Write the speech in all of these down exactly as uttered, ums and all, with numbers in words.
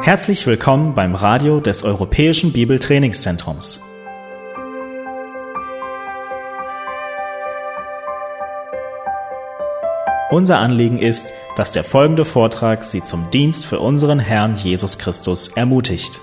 Herzlich willkommen beim Radio des Europäischen Bibeltrainingszentrums. Unser Anliegen ist, dass der folgende Vortrag Sie zum Dienst für unseren Herrn Jesus Christus ermutigt.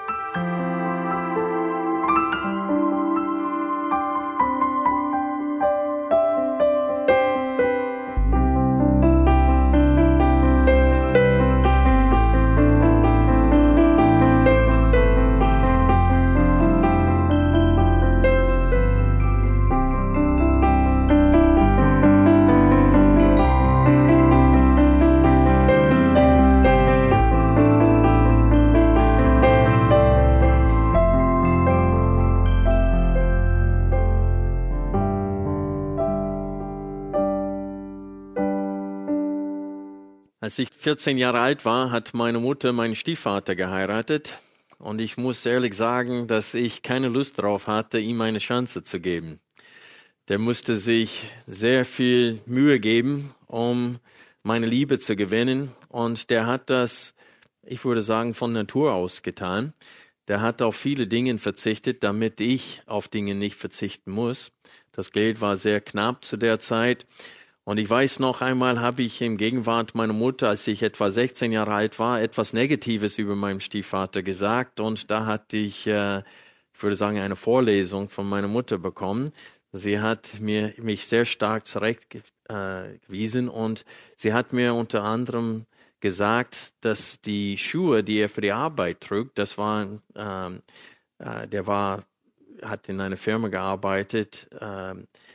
Als ich vierzehn Jahre alt war, hat meine Mutter meinen Stiefvater geheiratet. Und ich muss ehrlich sagen, dass ich keine Lust darauf hatte, ihm eine Chance zu geben. Der musste sich sehr viel Mühe geben, um meine Liebe zu gewinnen. Und der hat das, ich würde sagen, von Natur aus getan. Der hat auf viele Dinge verzichtet, damit ich auf Dinge nicht verzichten muss. Das Geld war sehr knapp zu der Zeit. Und ich weiß noch einmal, habe ich in Gegenwart meiner Mutter, als ich etwa sechzehn Jahre alt war, etwas Negatives über meinen Stiefvater gesagt. Und da hatte ich, äh, ich würde sagen, eine Vorlesung von meiner Mutter bekommen. Sie hat mir, mich sehr stark zurechtgewiesen äh, und sie hat mir unter anderem gesagt, dass die Schuhe, die er für die Arbeit trug, das waren, ähm, äh, der war, hat in einer Firma gearbeitet, äh,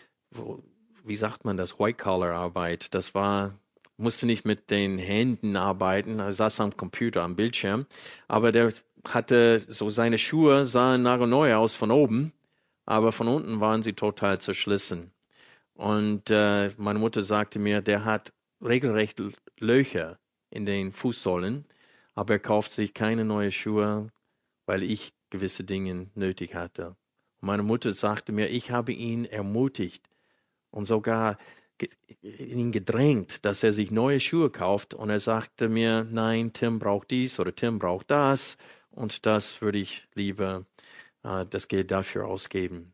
wo wie sagt man das, White-Collar-Arbeit. Das war, musste nicht mit den Händen arbeiten, er saß am Computer, am Bildschirm, aber der hatte so, seine Schuhe sahen nagelneu aus von oben, aber von unten waren sie total zerschlissen. Und äh, meine Mutter sagte mir, der hat regelrecht Löcher in den Fußsohlen, aber er kauft sich keine neuen Schuhe, weil ich gewisse Dinge nötig hatte. Und meine Mutter sagte mir, ich habe ihn ermutigt, und sogar ihn gedrängt, dass er sich neue Schuhe kauft. Und er sagte mir, nein, Tim braucht dies oder Tim braucht das. Und das würde ich lieber äh, das Geld dafür ausgeben.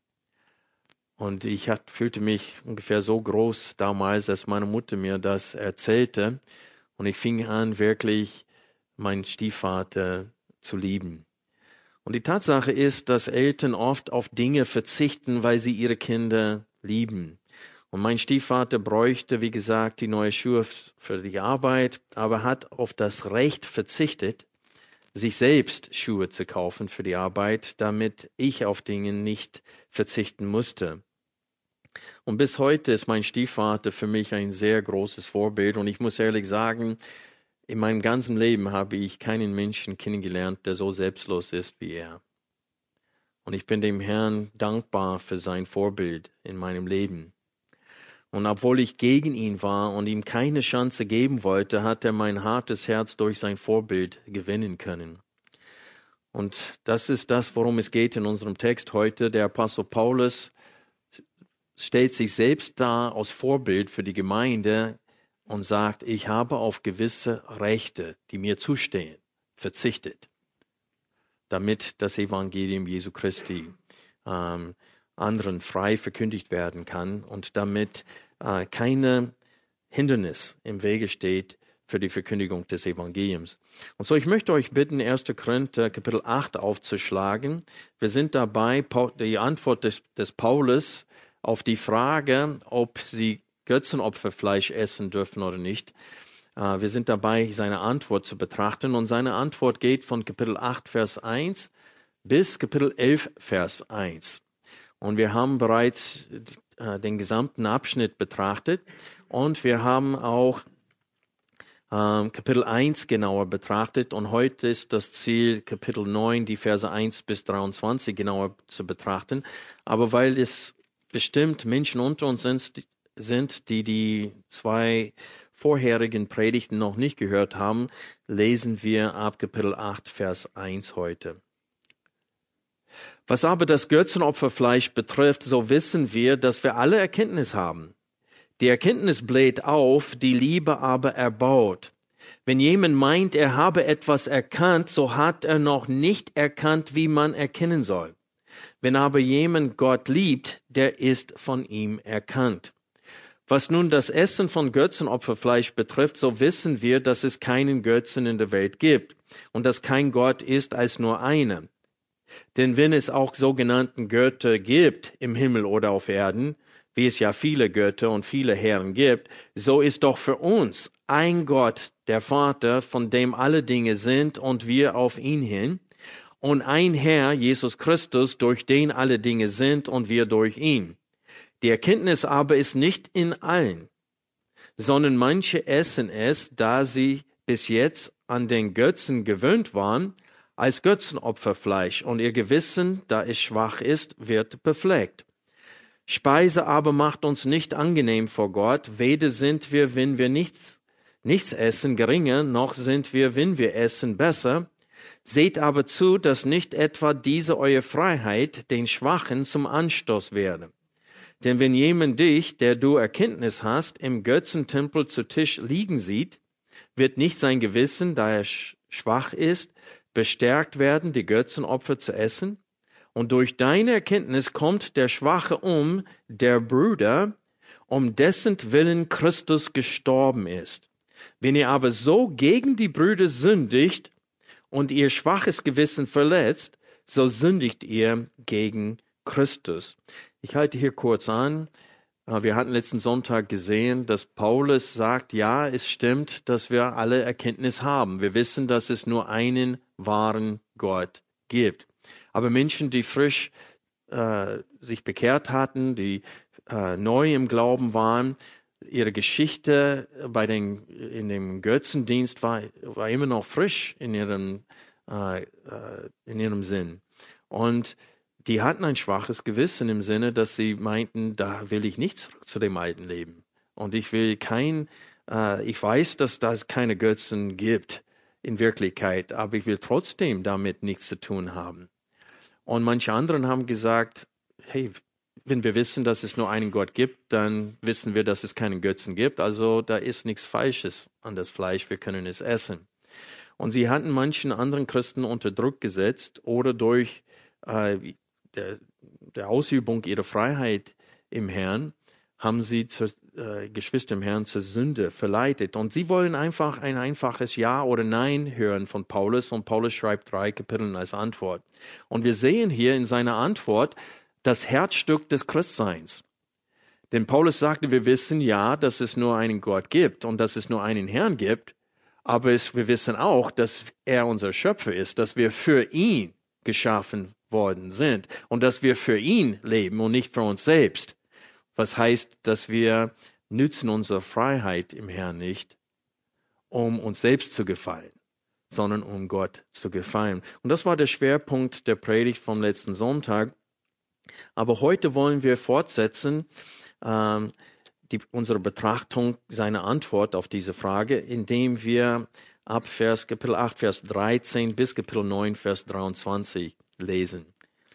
Und ich hat, fühlte mich ungefähr so groß damals, als meine Mutter mir das erzählte. Und ich fing an, wirklich meinen Stiefvater zu lieben. Und die Tatsache ist, dass Eltern oft auf Dinge verzichten, weil sie ihre Kinder lieben. Und mein Stiefvater bräuchte, wie gesagt, die neue Schuhe für die Arbeit, aber hat auf das Recht verzichtet, sich selbst Schuhe zu kaufen für die Arbeit, damit ich auf Dinge nicht verzichten musste. Und bis heute ist mein Stiefvater für mich ein sehr großes Vorbild. Und ich muss ehrlich sagen, in meinem ganzen Leben habe ich keinen Menschen kennengelernt, der so selbstlos ist wie er. Und ich bin dem Herrn dankbar für sein Vorbild in meinem Leben. Und obwohl ich gegen ihn war und ihm keine Chance geben wollte, hat er mein hartes Herz durch sein Vorbild gewinnen können. Und das ist das, worum es geht in unserem Text heute. Der Apostel Paulus stellt sich selbst dar als Vorbild für die Gemeinde und sagt, ich habe auf gewisse Rechte, die mir zustehen, verzichtet, damit das Evangelium Jesu Christi ähm, anderen frei verkündigt werden kann und damit äh, keine Hindernis im Wege steht für die Verkündigung des Evangeliums. Und so, ich möchte euch bitten, erster Korinther Kapitel acht aufzuschlagen. Wir sind dabei, die Antwort des, des Paulus auf die Frage, ob sie Götzenopferfleisch essen dürfen oder nicht. Äh, wir sind dabei, seine Antwort zu betrachten. Und seine Antwort geht von Kapitel acht, Vers eins bis Kapitel elf, Vers eins. Und wir haben bereits äh, den gesamten Abschnitt betrachtet und wir haben auch ähm, Kapitel eins genauer betrachtet und heute ist das Ziel, Kapitel neun, die Verse eins bis dreiundzwanzig genauer zu betrachten. Aber weil es bestimmt Menschen unter uns sind, sind, die die zwei vorherigen Predigten noch nicht gehört haben, lesen wir ab Kapitel acht, Vers eins heute. Was aber das Götzenopferfleisch betrifft, so wissen wir, dass wir alle Erkenntnis haben. Die Erkenntnis bläht auf, die Liebe aber erbaut. Wenn jemand meint, er habe etwas erkannt, so hat er noch nicht erkannt, wie man erkennen soll. Wenn aber jemand Gott liebt, der ist von ihm erkannt. Was nun das Essen von Götzenopferfleisch betrifft, so wissen wir, dass es keinen Götzen in der Welt gibt und dass kein Gott ist als nur einer. Denn wenn es auch sogenannten Götter gibt im Himmel oder auf Erden, wie es ja viele Götter und viele Herren gibt, so ist doch für uns ein Gott, der Vater, von dem alle Dinge sind und wir auf ihn hin, und ein Herr, Jesus Christus, durch den alle Dinge sind und wir durch ihn. Die Erkenntnis aber ist nicht in allen, sondern manche essen es, da sie bis jetzt an den Götzen gewöhnt waren, als Götzenopferfleisch, und ihr Gewissen, da es schwach ist, wird befleckt. Speise aber macht uns nicht angenehm vor Gott, weder sind wir, wenn wir nichts, nichts essen, geringer, noch sind wir, wenn wir essen, besser. Seht aber zu, dass nicht etwa diese eure Freiheit den Schwachen zum Anstoß werde. Denn wenn jemand dich, der du Erkenntnis hast, im Götzentempel zu Tisch liegen sieht, wird nicht sein Gewissen, da er schwach ist, bestärkt werden, die Götzenopfer zu essen? Und durch deine Erkenntnis kommt der Schwache um, der Bruder, um dessen Willen Christus gestorben ist. Wenn ihr aber so gegen die Brüder sündigt und ihr schwaches Gewissen verletzt, so sündigt ihr gegen Christus. Ich halte hier kurz an. Wir hatten letzten Sonntag gesehen, dass Paulus sagt, ja, es stimmt, dass wir alle Erkenntnis haben. Wir wissen, dass es nur einen wahren Gott gibt. Aber Menschen, die frisch äh, sich bekehrt hatten, die äh, neu im Glauben waren, ihre Geschichte bei den, in dem Götzendienst war, war immer noch frisch in ihrem, äh, in ihrem Sinn. Und die hatten ein schwaches Gewissen im Sinne, dass sie meinten, da will ich nicht zurück zu dem alten Leben. Und ich will kein, äh, ich weiß, dass das keine Götzen gibt in Wirklichkeit, aber ich will trotzdem damit nichts zu tun haben. Und manche anderen haben gesagt, hey, wenn wir wissen, dass es nur einen Gott gibt, dann wissen wir, dass es keinen Götzen gibt. Also da ist nichts Falsches an das Fleisch, wir können es essen. Und sie hatten manchen anderen Christen unter Druck gesetzt oder durch äh, der, der Ausübung ihrer Freiheit im Herrn haben sie zur, äh, Geschwister im Herrn zur Sünde verleitet. Und sie wollen einfach ein einfaches Ja oder Nein hören von Paulus. Und Paulus schreibt drei Kapitel als Antwort. Und wir sehen hier in seiner Antwort das Herzstück des Christseins. Denn Paulus sagte, wir wissen ja, dass es nur einen Gott gibt und dass es nur einen Herrn gibt. Aber es, wir wissen auch, dass er unser Schöpfer ist, dass wir für ihn geschaffen worden sind und dass wir für ihn leben und nicht für uns selbst. Was heißt, dass wir nützen unsere Freiheit im Herrn nicht, um uns selbst zu gefallen, sondern um Gott zu gefallen. Und das war der Schwerpunkt der Predigt vom letzten Sonntag. Aber heute wollen wir fortsetzen ähm, die, unsere Betrachtung seiner Antwort auf diese Frage, indem wir ab Vers Kapitel acht, Vers dreizehn bis Kapitel neun, Vers dreiundzwanzig lesen.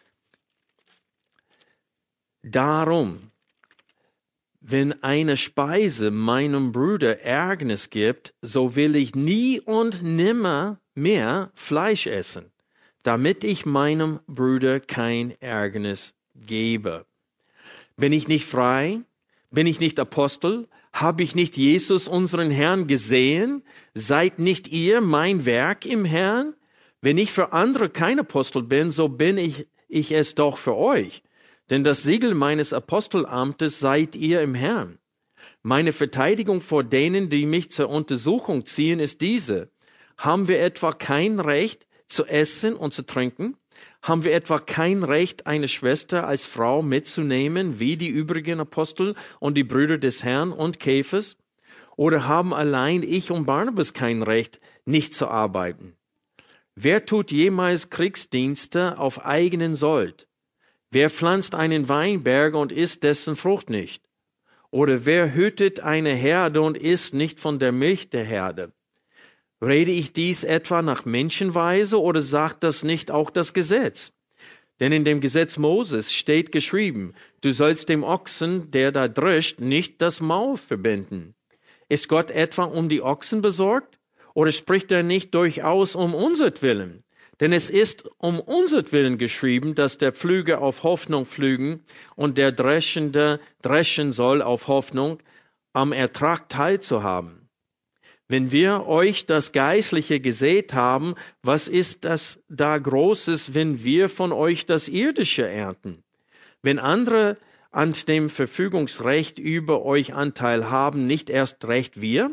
Darum, wenn eine Speise meinem Bruder Ärgernis gibt, so will ich nie und nimmer mehr Fleisch essen, damit ich meinem Bruder kein Ärgernis gebe. Bin ich nicht frei? Bin ich nicht Apostel? Habe ich nicht Jesus, unseren Herrn, gesehen? Seid nicht ihr mein Werk im Herrn? Wenn ich für andere kein Apostel bin, so bin ich, ich es doch für euch. Denn das Siegel meines Apostelamtes seid ihr im Herrn. Meine Verteidigung vor denen, die mich zur Untersuchung ziehen, ist diese. Haben wir etwa kein Recht zu essen und zu trinken? Haben wir etwa kein Recht, eine Schwester als Frau mitzunehmen, wie die übrigen Apostel und die Brüder des Herrn und Kephas? Oder haben allein ich und Barnabas kein Recht, nicht zu arbeiten? Wer tut jemals Kriegsdienste auf eigenen Sold? Wer pflanzt einen Weinberg und isst dessen Frucht nicht? Oder wer hütet eine Herde und isst nicht von der Milch der Herde? Rede ich dies etwa nach Menschenweise oder sagt das nicht auch das Gesetz? Denn in dem Gesetz Moses steht geschrieben, du sollst dem Ochsen, der da drischt, nicht das Maul verbinden. Ist Gott etwa um die Ochsen besorgt? Oder spricht er nicht durchaus um unsertwillen? Denn es ist um unsertwillen geschrieben, dass der Pflüger auf Hoffnung pflügen und der Dreschende dreschen soll auf Hoffnung, am Ertrag teilzuhaben. Wenn wir euch das Geistliche gesät haben, was ist das da Großes, wenn wir von euch das Irdische ernten? Wenn andere an dem Verfügungsrecht über euch Anteil haben, nicht erst recht wir?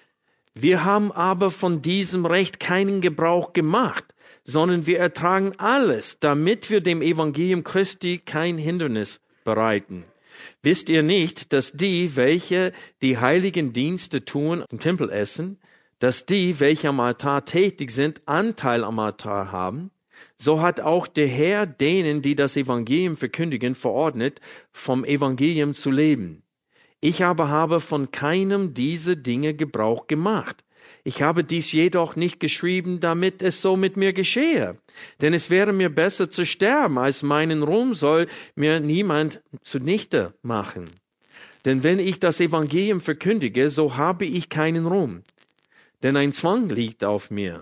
Wir haben aber von diesem Recht keinen Gebrauch gemacht, sondern wir ertragen alles, damit wir dem Evangelium Christi kein Hindernis bereiten. Wisst ihr nicht, dass die, welche die heiligen Dienste tun, im Tempel essen, dass die, welche am Altar tätig sind, Anteil am Altar haben? So hat auch der Herr denen, die das Evangelium verkündigen, verordnet, vom Evangelium zu leben. Ich aber habe von keinem dieser Dinge Gebrauch gemacht. Ich habe dies jedoch nicht geschrieben, damit es so mit mir geschehe. Denn es wäre mir besser zu sterben, als meinen Ruhm soll mir niemand zunichte machen. Denn wenn ich das Evangelium verkündige, so habe ich keinen Ruhm. Denn ein Zwang liegt auf mir.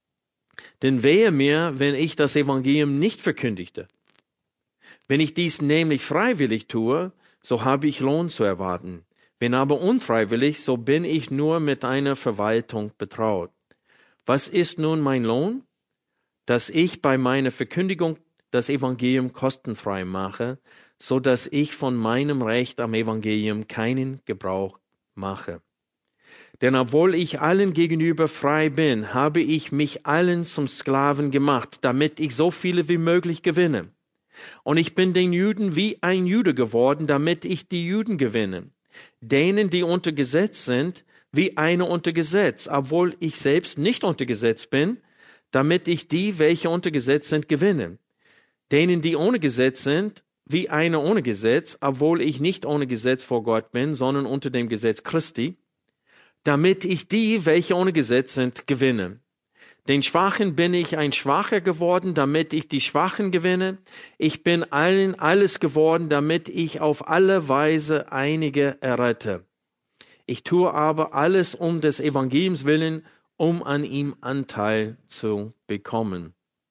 Denn wehe mir, wenn ich das Evangelium nicht verkündigte. Wenn ich dies nämlich freiwillig tue, so habe ich Lohn zu erwarten. Wenn aber unfreiwillig, so bin ich nur mit einer Verwaltung betraut. Was ist nun mein Lohn? Dass ich bei meiner Verkündigung das Evangelium kostenfrei mache, so dass ich von meinem Recht am Evangelium keinen Gebrauch mache. Denn obwohl ich allen gegenüber frei bin, habe ich mich allen zum Sklaven gemacht, damit ich so viele wie möglich gewinne. Und ich bin den Juden wie ein Jude geworden, damit ich die Juden gewinne. Denen, die unter Gesetz sind, wie einer unter Gesetz, obwohl ich selbst nicht unter Gesetz bin, damit ich die, welche unter Gesetz sind, gewinne. Denen, die ohne Gesetz sind, wie einer ohne Gesetz, obwohl ich nicht ohne Gesetz vor Gott bin, sondern unter dem Gesetz Christi, damit ich die, welche ohne Gesetz sind, gewinne. Den Schwachen bin ich ein Schwacher geworden, damit ich die Schwachen gewinne. Ich bin allen alles geworden, damit ich auf alle Weise einige errette. Ich tue aber alles um des Evangeliums willen, um an ihm Anteil zu bekommen.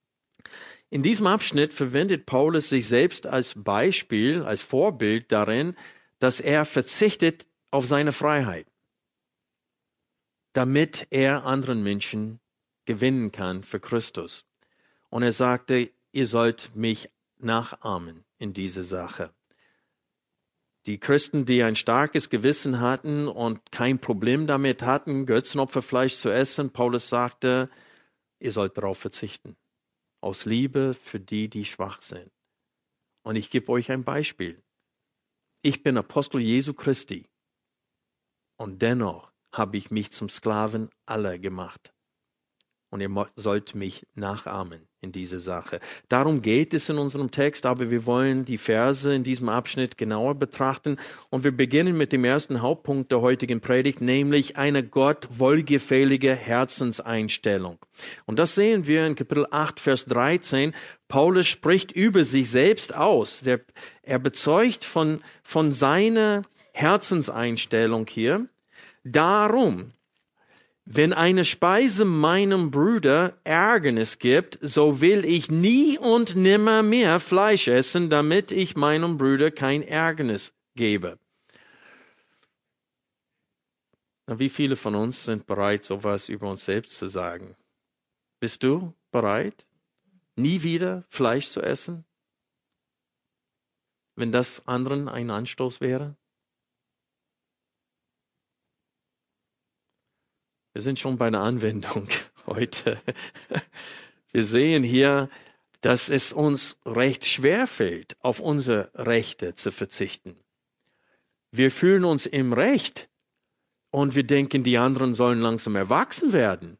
In diesem Abschnitt verwendet Paulus sich selbst als Beispiel, als Vorbild darin, dass er verzichtet auf seine Freiheit, damit er anderen Menschen gewinnen kann für Christus. Und er sagte, ihr sollt mich nachahmen in dieser Sache. Die Christen, die ein starkes Gewissen hatten und kein Problem damit hatten, Götzenopferfleisch zu essen, Paulus sagte, ihr sollt darauf verzichten. Aus Liebe für die, die schwach sind. Und ich gebe euch ein Beispiel. Ich bin Apostel Jesu Christi. Und dennoch habe ich mich zum Sklaven aller gemacht. Und ihr sollt mich nachahmen in dieser Sache. Darum geht es in unserem Text, aber wir wollen die Verse in diesem Abschnitt genauer betrachten. Und wir beginnen mit dem ersten Hauptpunkt der heutigen Predigt, nämlich eine Gott wohlgefällige Herzenseinstellung. Und das sehen wir in Kapitel acht, Vers dreizehn. Paulus spricht über sich selbst aus. Der, er bezeugt von, von seiner Herzenseinstellung hier. Darum, wenn eine Speise meinem Bruder Ärgernis gibt, so will ich nie und nimmer mehr Fleisch essen, damit ich meinem Bruder kein Ärgernis gebe. Na, wie viele von uns sind bereit, sowas über uns selbst zu sagen? Bist du bereit, nie wieder Fleisch zu essen, wenn das anderen ein Anstoß wäre? Wir sind schon bei einer Anwendung heute. Wir sehen hier, dass es uns recht schwer fällt, auf unsere Rechte zu verzichten. Wir fühlen uns im Recht und wir denken, die anderen sollen langsam erwachsen werden.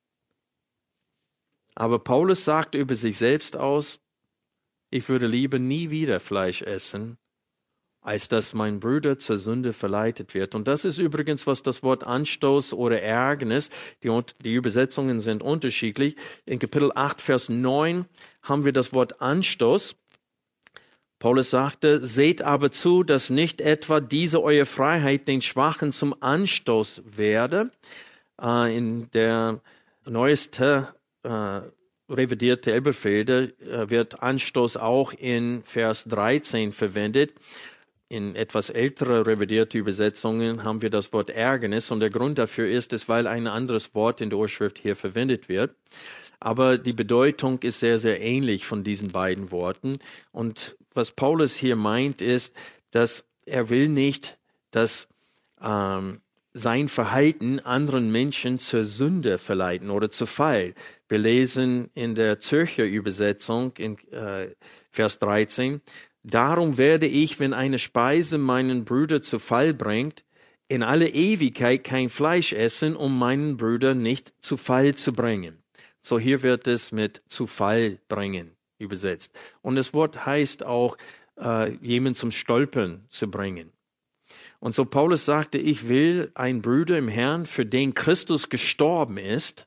Aber Paulus sagt über sich selbst aus, ich würde lieber nie wieder Fleisch essen, als dass mein Bruder zur Sünde verleitet wird. Und das ist übrigens, was das Wort Anstoß oder Ärgernis, die, die Übersetzungen sind unterschiedlich. In Kapitel acht, Vers neun haben wir das Wort Anstoß. Paulus sagte, seht aber zu, dass nicht etwa diese eure Freiheit den Schwachen zum Anstoß werde. Äh, in der neueste äh, revidierte Elberfelder äh, wird Anstoß auch in Vers dreizehn verwendet. In etwas ältere revidierte Übersetzungen haben wir das Wort Ärgernis und der Grund dafür ist es, weil ein anderes Wort in der Urschrift hier verwendet wird. Aber die Bedeutung ist sehr, sehr ähnlich von diesen beiden Worten. Und was Paulus hier meint, ist, dass er will nicht, dass ähm, sein Verhalten anderen Menschen zur Sünde verleiten oder zu Fall. Wir lesen in der Zürcher Übersetzung in äh, Vers dreizehn, darum werde ich, wenn eine Speise meinen Bruder zu Fall bringt, in alle Ewigkeit kein Fleisch essen, um meinen Bruder nicht zu Fall zu bringen. So hier wird es mit zu Fall bringen übersetzt. Und das Wort heißt auch, äh, jemanden zum Stolpern zu bringen. Und so Paulus sagte, ich will einen Bruder im Herrn, für den Christus gestorben ist,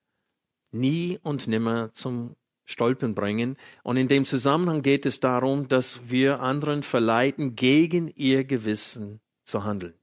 nie und nimmer zum Stolpern bringen. Und in dem Zusammenhang geht es darum, dass wir anderen verleiten, gegen ihr Gewissen zu handeln.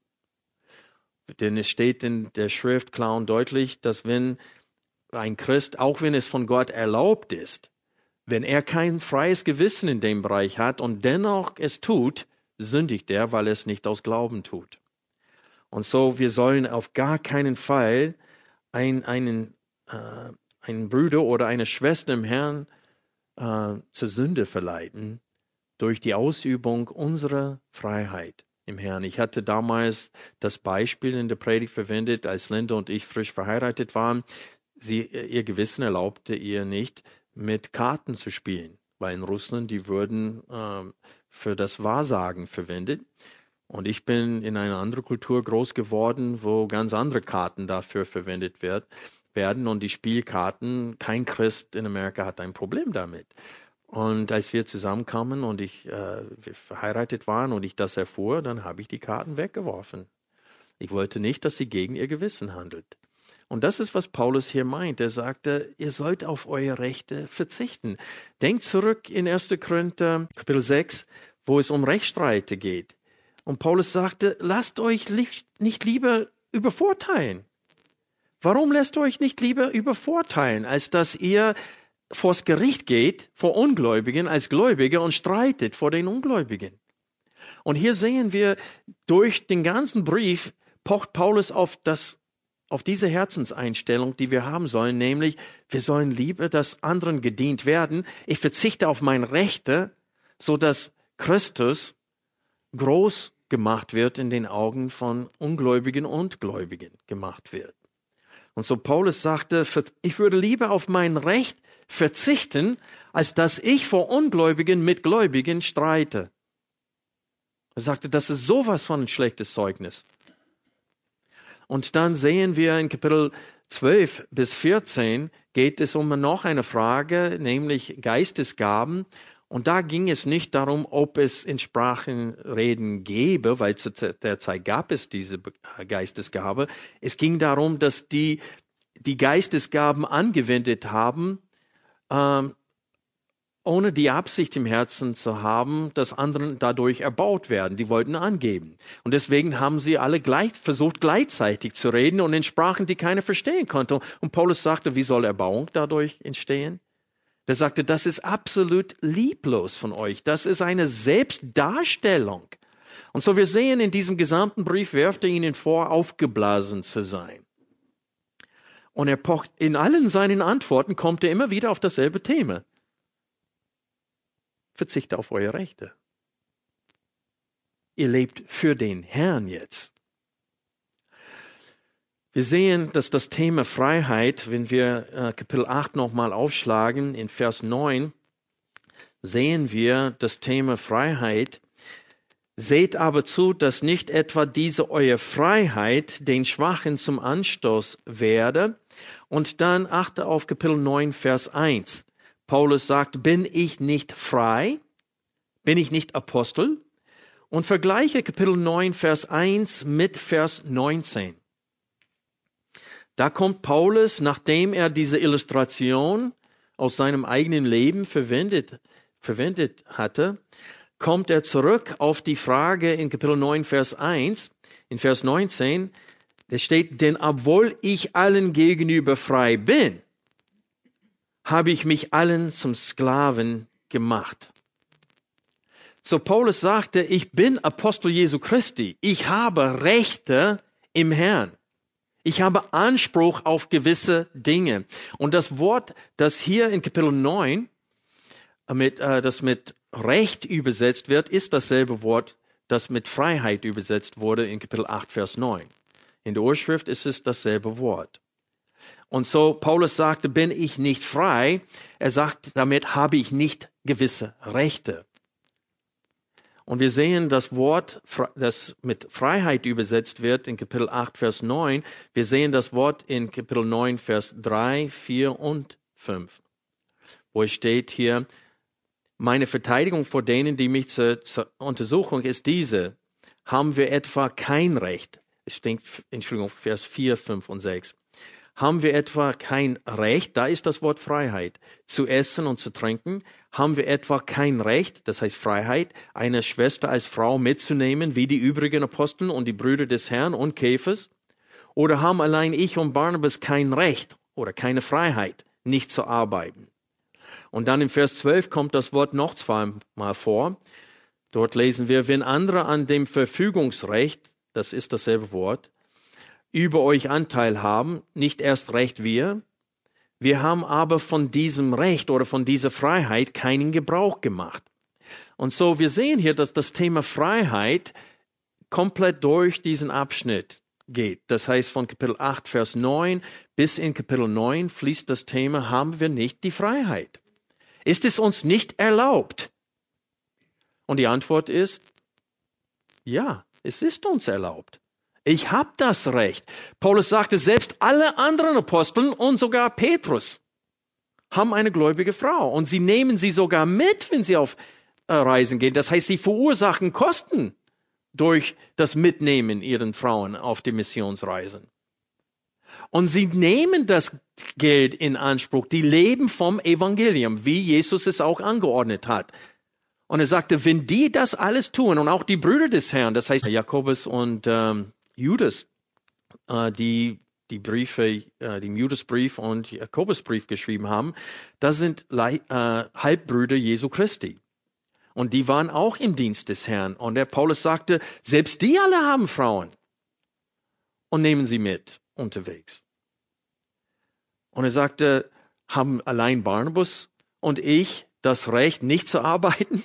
Denn es steht in der Schrift klar und deutlich, dass wenn ein Christ, auch wenn es von Gott erlaubt ist, wenn er kein freies Gewissen in dem Bereich hat und dennoch es tut, sündigt er, weil er es nicht aus Glauben tut. Und so, wir sollen auf gar keinen Fall ein, einen, äh, einen Bruder oder eine Schwester im Herrn äh, zur Sünde verleiten durch die Ausübung unserer Freiheit im Herrn. Ich hatte damals das Beispiel in der Predigt verwendet, als Linda und ich frisch verheiratet waren. Sie, ihr Gewissen erlaubte ihr nicht, mit Karten zu spielen, weil in Russland die würden äh, für das Wahrsagen verwendet. Und ich bin in einer anderen Kultur groß geworden, wo ganz andere Karten dafür verwendet wird, werden. Und die Spielkarten, kein Christ in Amerika hat ein Problem damit. Und als wir zusammenkamen und ich äh, wir verheiratet waren und ich das erfuhr, dann habe ich die Karten weggeworfen. Ich wollte nicht, dass sie gegen ihr Gewissen handelt. Und das ist, was Paulus hier meint. Er sagte, ihr sollt auf eure Rechte verzichten. Denkt zurück in erster Korinther Kapitel sechs, wo es um Rechtsstreite geht. Und Paulus sagte, lasst euch nicht lieber übervorteilen. Warum lässt ihr euch nicht lieber übervorteilen, als dass ihr vors Gericht geht, vor Ungläubigen als Gläubige und streitet vor den Ungläubigen? Und hier sehen wir, durch den ganzen Brief pocht Paulus auf das auf diese Herzenseinstellung, die wir haben sollen, nämlich, wir sollen lieber, dass anderen gedient werden. Ich verzichte auf meine Rechte, so dass Christus groß gemacht wird in den Augen von Ungläubigen und Gläubigen gemacht wird. Und so Paulus sagte, ich würde lieber auf mein Recht verzichten, als dass ich vor Ungläubigen mit Gläubigen streite. Er sagte, das ist sowas von ein schlechtes Zeugnis. Und dann sehen wir in Kapitel zwölf bis vierzehn geht es um noch eine Frage, nämlich Geistesgaben. Und da ging es nicht darum, ob es in Sprachenreden gäbe, weil zu der Zeit gab es diese Geistesgabe. Es ging darum, dass die die Geistesgaben angewendet haben, ähm, ohne die Absicht im Herzen zu haben, dass anderen dadurch erbaut werden. Die wollten angeben. Und deswegen haben sie alle gleich, versucht, gleichzeitig zu reden und in Sprachen, die keiner verstehen konnte. Und Paulus sagte, wie soll Erbauung dadurch entstehen? Er sagte, das ist absolut lieblos von euch. Das ist eine Selbstdarstellung. Und so wir sehen, in diesem gesamten Brief wirft er ihnen vor, aufgeblasen zu sein. Und er pocht, in allen seinen Antworten kommt er immer wieder auf dasselbe Thema. Verzichte auf eure Rechte. Ihr lebt für den Herrn jetzt. Wir sehen, dass das Thema Freiheit, wenn wir äh, Kapitel acht nochmal aufschlagen, in Vers neun, sehen wir das Thema Freiheit. Seht aber zu, dass nicht etwa diese eure Freiheit den Schwachen zum Anstoß werde. Und dann achte auf Kapitel neun, Vers eins. Paulus sagt, bin ich nicht frei? Bin ich nicht Apostel? Und vergleiche Kapitel neun, Vers eins mit Vers neunzehn. Da kommt Paulus, nachdem er diese Illustration aus seinem eigenen Leben verwendet, verwendet hatte, kommt er zurück auf die Frage in Kapitel neun, Vers eins. In Vers neunzehn, Es steht, denn obwohl ich allen gegenüber frei bin, habe ich mich allen zum Sklaven gemacht. So Paulus sagte, ich bin Apostel Jesu Christi. Ich habe Rechte im Herrn. Ich habe Anspruch auf gewisse Dinge. Und das Wort, das hier in Kapitel neun, mit, äh, das mit Recht übersetzt wird, ist dasselbe Wort, das mit Freiheit übersetzt wurde in Kapitel acht, Vers neun. In der Urschrift ist es dasselbe Wort. Und so Paulus sagte, bin ich nicht frei? Er sagt, damit habe ich nicht gewisse Rechte. Und wir sehen das Wort, das mit Freiheit übersetzt wird in Kapitel acht, Vers neun. Wir sehen das Wort in Kapitel neun, Vers drei, vier und fünf. Wo es steht hier, meine Verteidigung vor denen, die mich zur, zur Untersuchung ist diese. Haben wir etwa kein Recht? Es steht, Entschuldigung, Vers vier, fünf und sechs. Haben wir etwa kein Recht, da ist das Wort Freiheit, zu essen und zu trinken? Haben wir etwa kein Recht, das heißt Freiheit, eine Schwester als Frau mitzunehmen, wie die übrigen Aposteln und die Brüder des Herrn und Kephas? Oder haben allein ich und Barnabas kein Recht oder keine Freiheit, nicht zu arbeiten? Und dann im Vers zwölf kommt das Wort noch zweimal vor. Dort lesen wir, wenn andere an dem Verfügungsrecht, das ist dasselbe Wort, über euch Anteil haben, nicht erst recht wir. Wir haben aber von diesem Recht oder von dieser Freiheit keinen Gebrauch gemacht. Und so, wir sehen hier, dass das Thema Freiheit komplett durch diesen Abschnitt geht. Das heißt, von Kapitel acht, Vers neun bis in Kapitel neun fließt das Thema, haben wir nicht die Freiheit? Ist es uns nicht erlaubt? Und die Antwort ist, ja, es ist uns erlaubt. Ich habe das Recht. Paulus sagte, selbst alle anderen Aposteln und sogar Petrus haben eine gläubige Frau. Und sie nehmen sie sogar mit, wenn sie auf äh, Reisen gehen. Das heißt, sie verursachen Kosten durch das Mitnehmen ihren Frauen auf die Missionsreisen. Und sie nehmen das Geld in Anspruch. Die leben vom Evangelium, wie Jesus es auch angeordnet hat. Und er sagte, wenn die das alles tun und auch die Brüder des Herrn, das heißt Jakobus und ähm, Judas, äh, die die Briefe, äh, den Judasbrief und Jakobusbrief geschrieben haben, das sind Le- äh, Halbbrüder Jesu Christi. Und die waren auch im Dienst des Herrn. Und der Paulus sagte, selbst die alle haben Frauen und nehmen sie mit unterwegs. Und er sagte, haben allein Barnabas und ich das Recht, nicht zu arbeiten?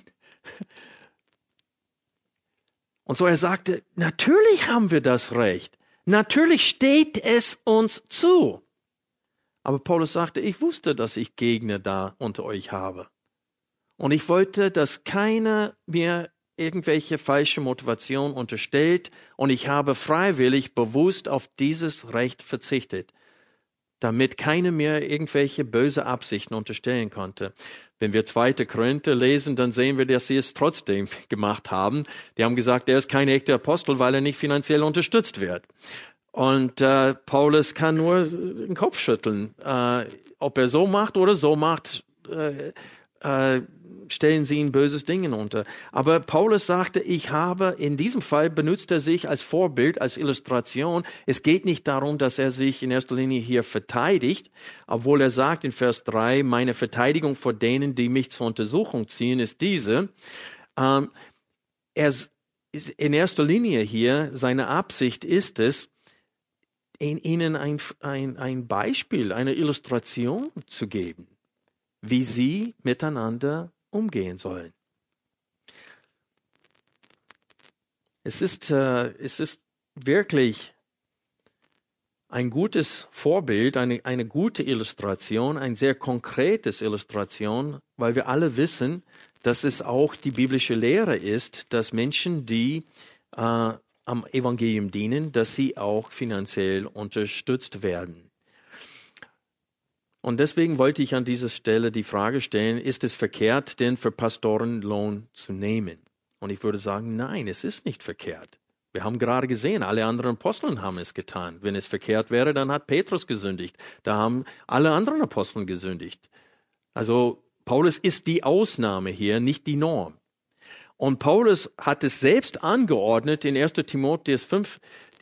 Und so er sagte, natürlich haben wir das Recht. Natürlich steht es uns zu. Aber Paulus sagte, ich wusste, dass ich Gegner da unter euch habe. Und ich wollte, dass keiner mir irgendwelche falsche Motivation unterstellt. Und ich habe freiwillig bewusst auf dieses Recht verzichtet, damit keiner mir irgendwelche böse Absichten unterstellen konnte. Wenn wir zweite Korinther lesen, dann sehen wir, dass sie es trotzdem gemacht haben. Die haben gesagt, er ist kein echter Apostel, weil er nicht finanziell unterstützt wird. Und äh, Paulus kann nur den Kopf schütteln. Äh, ob er so macht oder so macht, äh, äh, stellen sie ihn böses Dingen unter. Aber Paulus sagte, ich habe, in diesem Fall benutzt er sich als Vorbild, als Illustration. Es geht nicht darum, dass er sich in erster Linie hier verteidigt, obwohl er sagt in Vers drei, meine Verteidigung vor denen, die mich zur Untersuchung ziehen, ist diese. Ähm, er ist in erster Linie hier, seine Absicht ist es, in ihnen ein, ein, ein Beispiel, eine Illustration zu geben, wie sie miteinander umgehen sollen. Es ist, äh, es ist wirklich ein gutes Vorbild, eine, eine gute Illustration, ein sehr konkretes Illustration, weil wir alle wissen, dass es auch die biblische Lehre ist, dass Menschen, die äh, am Evangelium dienen, dass sie auch finanziell unterstützt werden. Und deswegen wollte ich an dieser Stelle die Frage stellen, ist es verkehrt, denn für Pastoren Lohn zu nehmen? Und ich würde sagen, nein, es ist nicht verkehrt. Wir haben gerade gesehen, alle anderen Aposteln haben es getan. Wenn es verkehrt wäre, dann hat Petrus gesündigt. Da haben alle anderen Aposteln gesündigt. Also Paulus ist die Ausnahme hier, nicht die Norm. Und Paulus hat es selbst angeordnet in erster Timotheus fünf,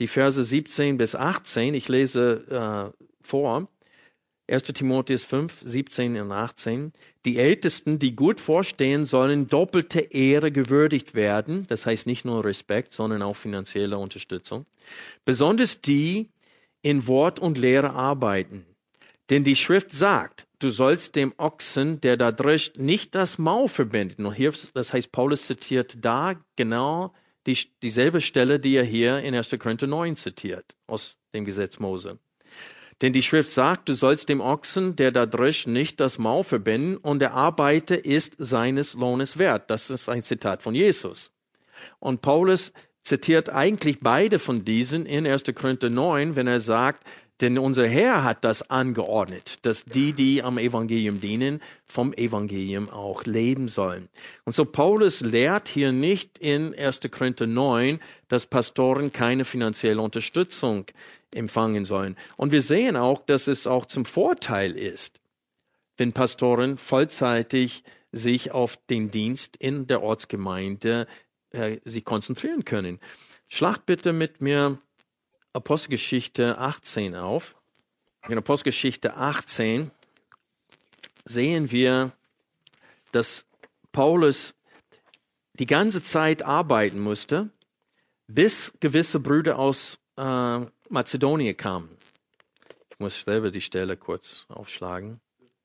die Verse siebzehn bis achtzehn. Ich lese äh, vor. erster Timotheus fünf, siebzehn und achtzehn. Die Ältesten, die gut vorstehen, sollen doppelte Ehre gewürdigt werden. Das heißt nicht nur Respekt, sondern auch finanzielle Unterstützung. Besonders die in Wort und Lehre arbeiten. Denn die Schrift sagt, du sollst dem Ochsen, der da drischt, nicht das Maul verbinden. Und hier, das heißt, Paulus zitiert da genau die, dieselbe Stelle, die er hier in erster Korinther neun zitiert, aus dem Gesetz Mose. Denn die Schrift sagt, du sollst dem Ochsen, der da drischt, nicht das Maul verbinden, und der Arbeiter ist seines Lohnes wert. Das ist ein Zitat von Jesus. Und Paulus zitiert eigentlich beide von diesen in erster Korinther neun, wenn er sagt, denn unser Herr hat das angeordnet, dass die, die am Evangelium dienen, vom Evangelium auch leben sollen. Und so Paulus lehrt hier nicht in erster Korinther neun, dass Pastoren keine finanzielle Unterstützung empfangen sollen. Und wir sehen auch, dass es auch zum Vorteil ist, wenn Pastoren vollzeitig sich auf den Dienst in der Ortsgemeinde äh, sich konzentrieren können. Schlag bitte mit mir Apostelgeschichte achtzehn auf. In Apostelgeschichte achtzehn sehen wir, dass Paulus die ganze Zeit arbeiten musste, bis gewisse Brüder aus äh, Mazedonien kamen. Ich muss selber die Stelle kurz aufschlagen.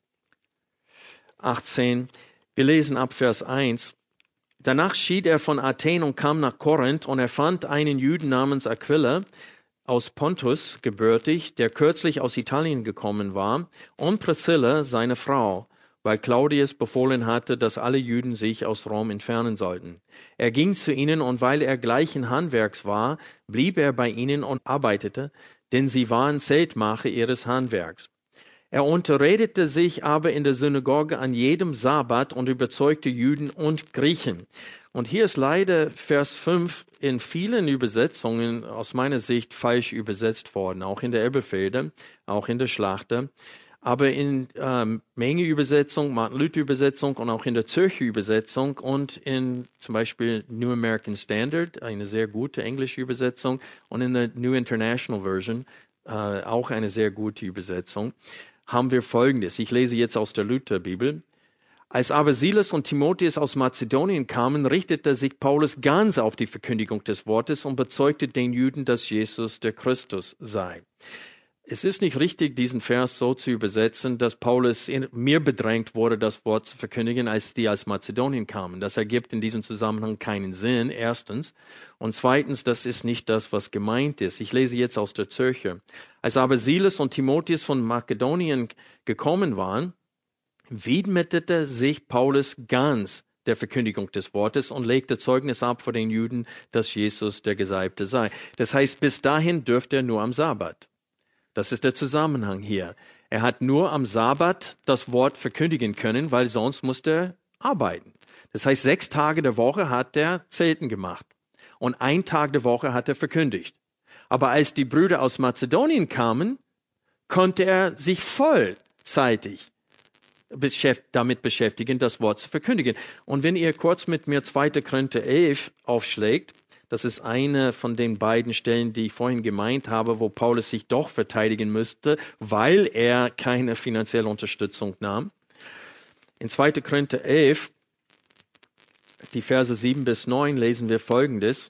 achtzehn, wir lesen ab Vers eins. Danach schied er von Athen und kam nach Korinth, und er fand einen Juden namens Aquila, aus Pontus gebürtig, der kürzlich aus Italien gekommen war, und Priscilla, seine Frau, weil Claudius befohlen hatte, dass alle Juden sich aus Rom entfernen sollten. Er ging zu ihnen, und weil er gleichen Handwerks war, blieb er bei ihnen und arbeitete, denn sie waren Zeltmacher ihres Handwerks. Er unterredete sich aber in der Synagoge an jedem Sabbat und überzeugte Juden und Griechen. Und hier ist leider Vers fünf in vielen Übersetzungen aus meiner Sicht falsch übersetzt worden, auch in der Elberfelder, auch in der Schlachter. Aber in ähm, Menge-Übersetzung, Martin-Luther-Übersetzung und auch in der Zürcher Übersetzung und in zum Beispiel New American Standard, eine sehr gute englische Übersetzung, und in der New International Version, äh, auch eine sehr gute Übersetzung, haben wir Folgendes. Ich lese jetzt aus der Lutherbibel. Als aber Silas und Timotheus aus Mazedonien kamen, richtete sich Paulus ganz auf die Verkündigung des Wortes und bezeugte den Juden, dass Jesus der Christus sei. Es ist nicht richtig, diesen Vers so zu übersetzen, dass Paulus in, mehr bedrängt wurde, das Wort zu verkündigen, als die aus Mazedonien kamen. Das ergibt in diesem Zusammenhang keinen Sinn, erstens. Und zweitens, das ist nicht das, was gemeint ist. Ich lese jetzt aus der Zürcher. Als aber Silas und Timotheus von Makedonien gekommen waren, widmete sich Paulus ganz der Verkündigung des Wortes und legte Zeugnis ab vor den Juden, dass Jesus der Gesalbte sei. Das heißt, bis dahin dürfte er nur am Sabbat. Das ist der Zusammenhang hier. Er hat nur am Sabbat das Wort verkündigen können, weil sonst musste er arbeiten. Das heißt, sechs Tage der Woche hat er Zelten gemacht und ein Tag der Woche hat er verkündigt. Aber als die Brüder aus Mazedonien kamen, konnte er sich vollzeitig damit beschäftigen, das Wort zu verkündigen. Und wenn ihr kurz mit mir zweiter Korinther elf aufschlägt, das ist eine von den beiden Stellen, die ich vorhin gemeint habe, wo Paulus sich doch verteidigen müsste, weil er keine finanzielle Unterstützung nahm. In zweiter Korinther elf, die Verse sieben bis neun, lesen wir Folgendes.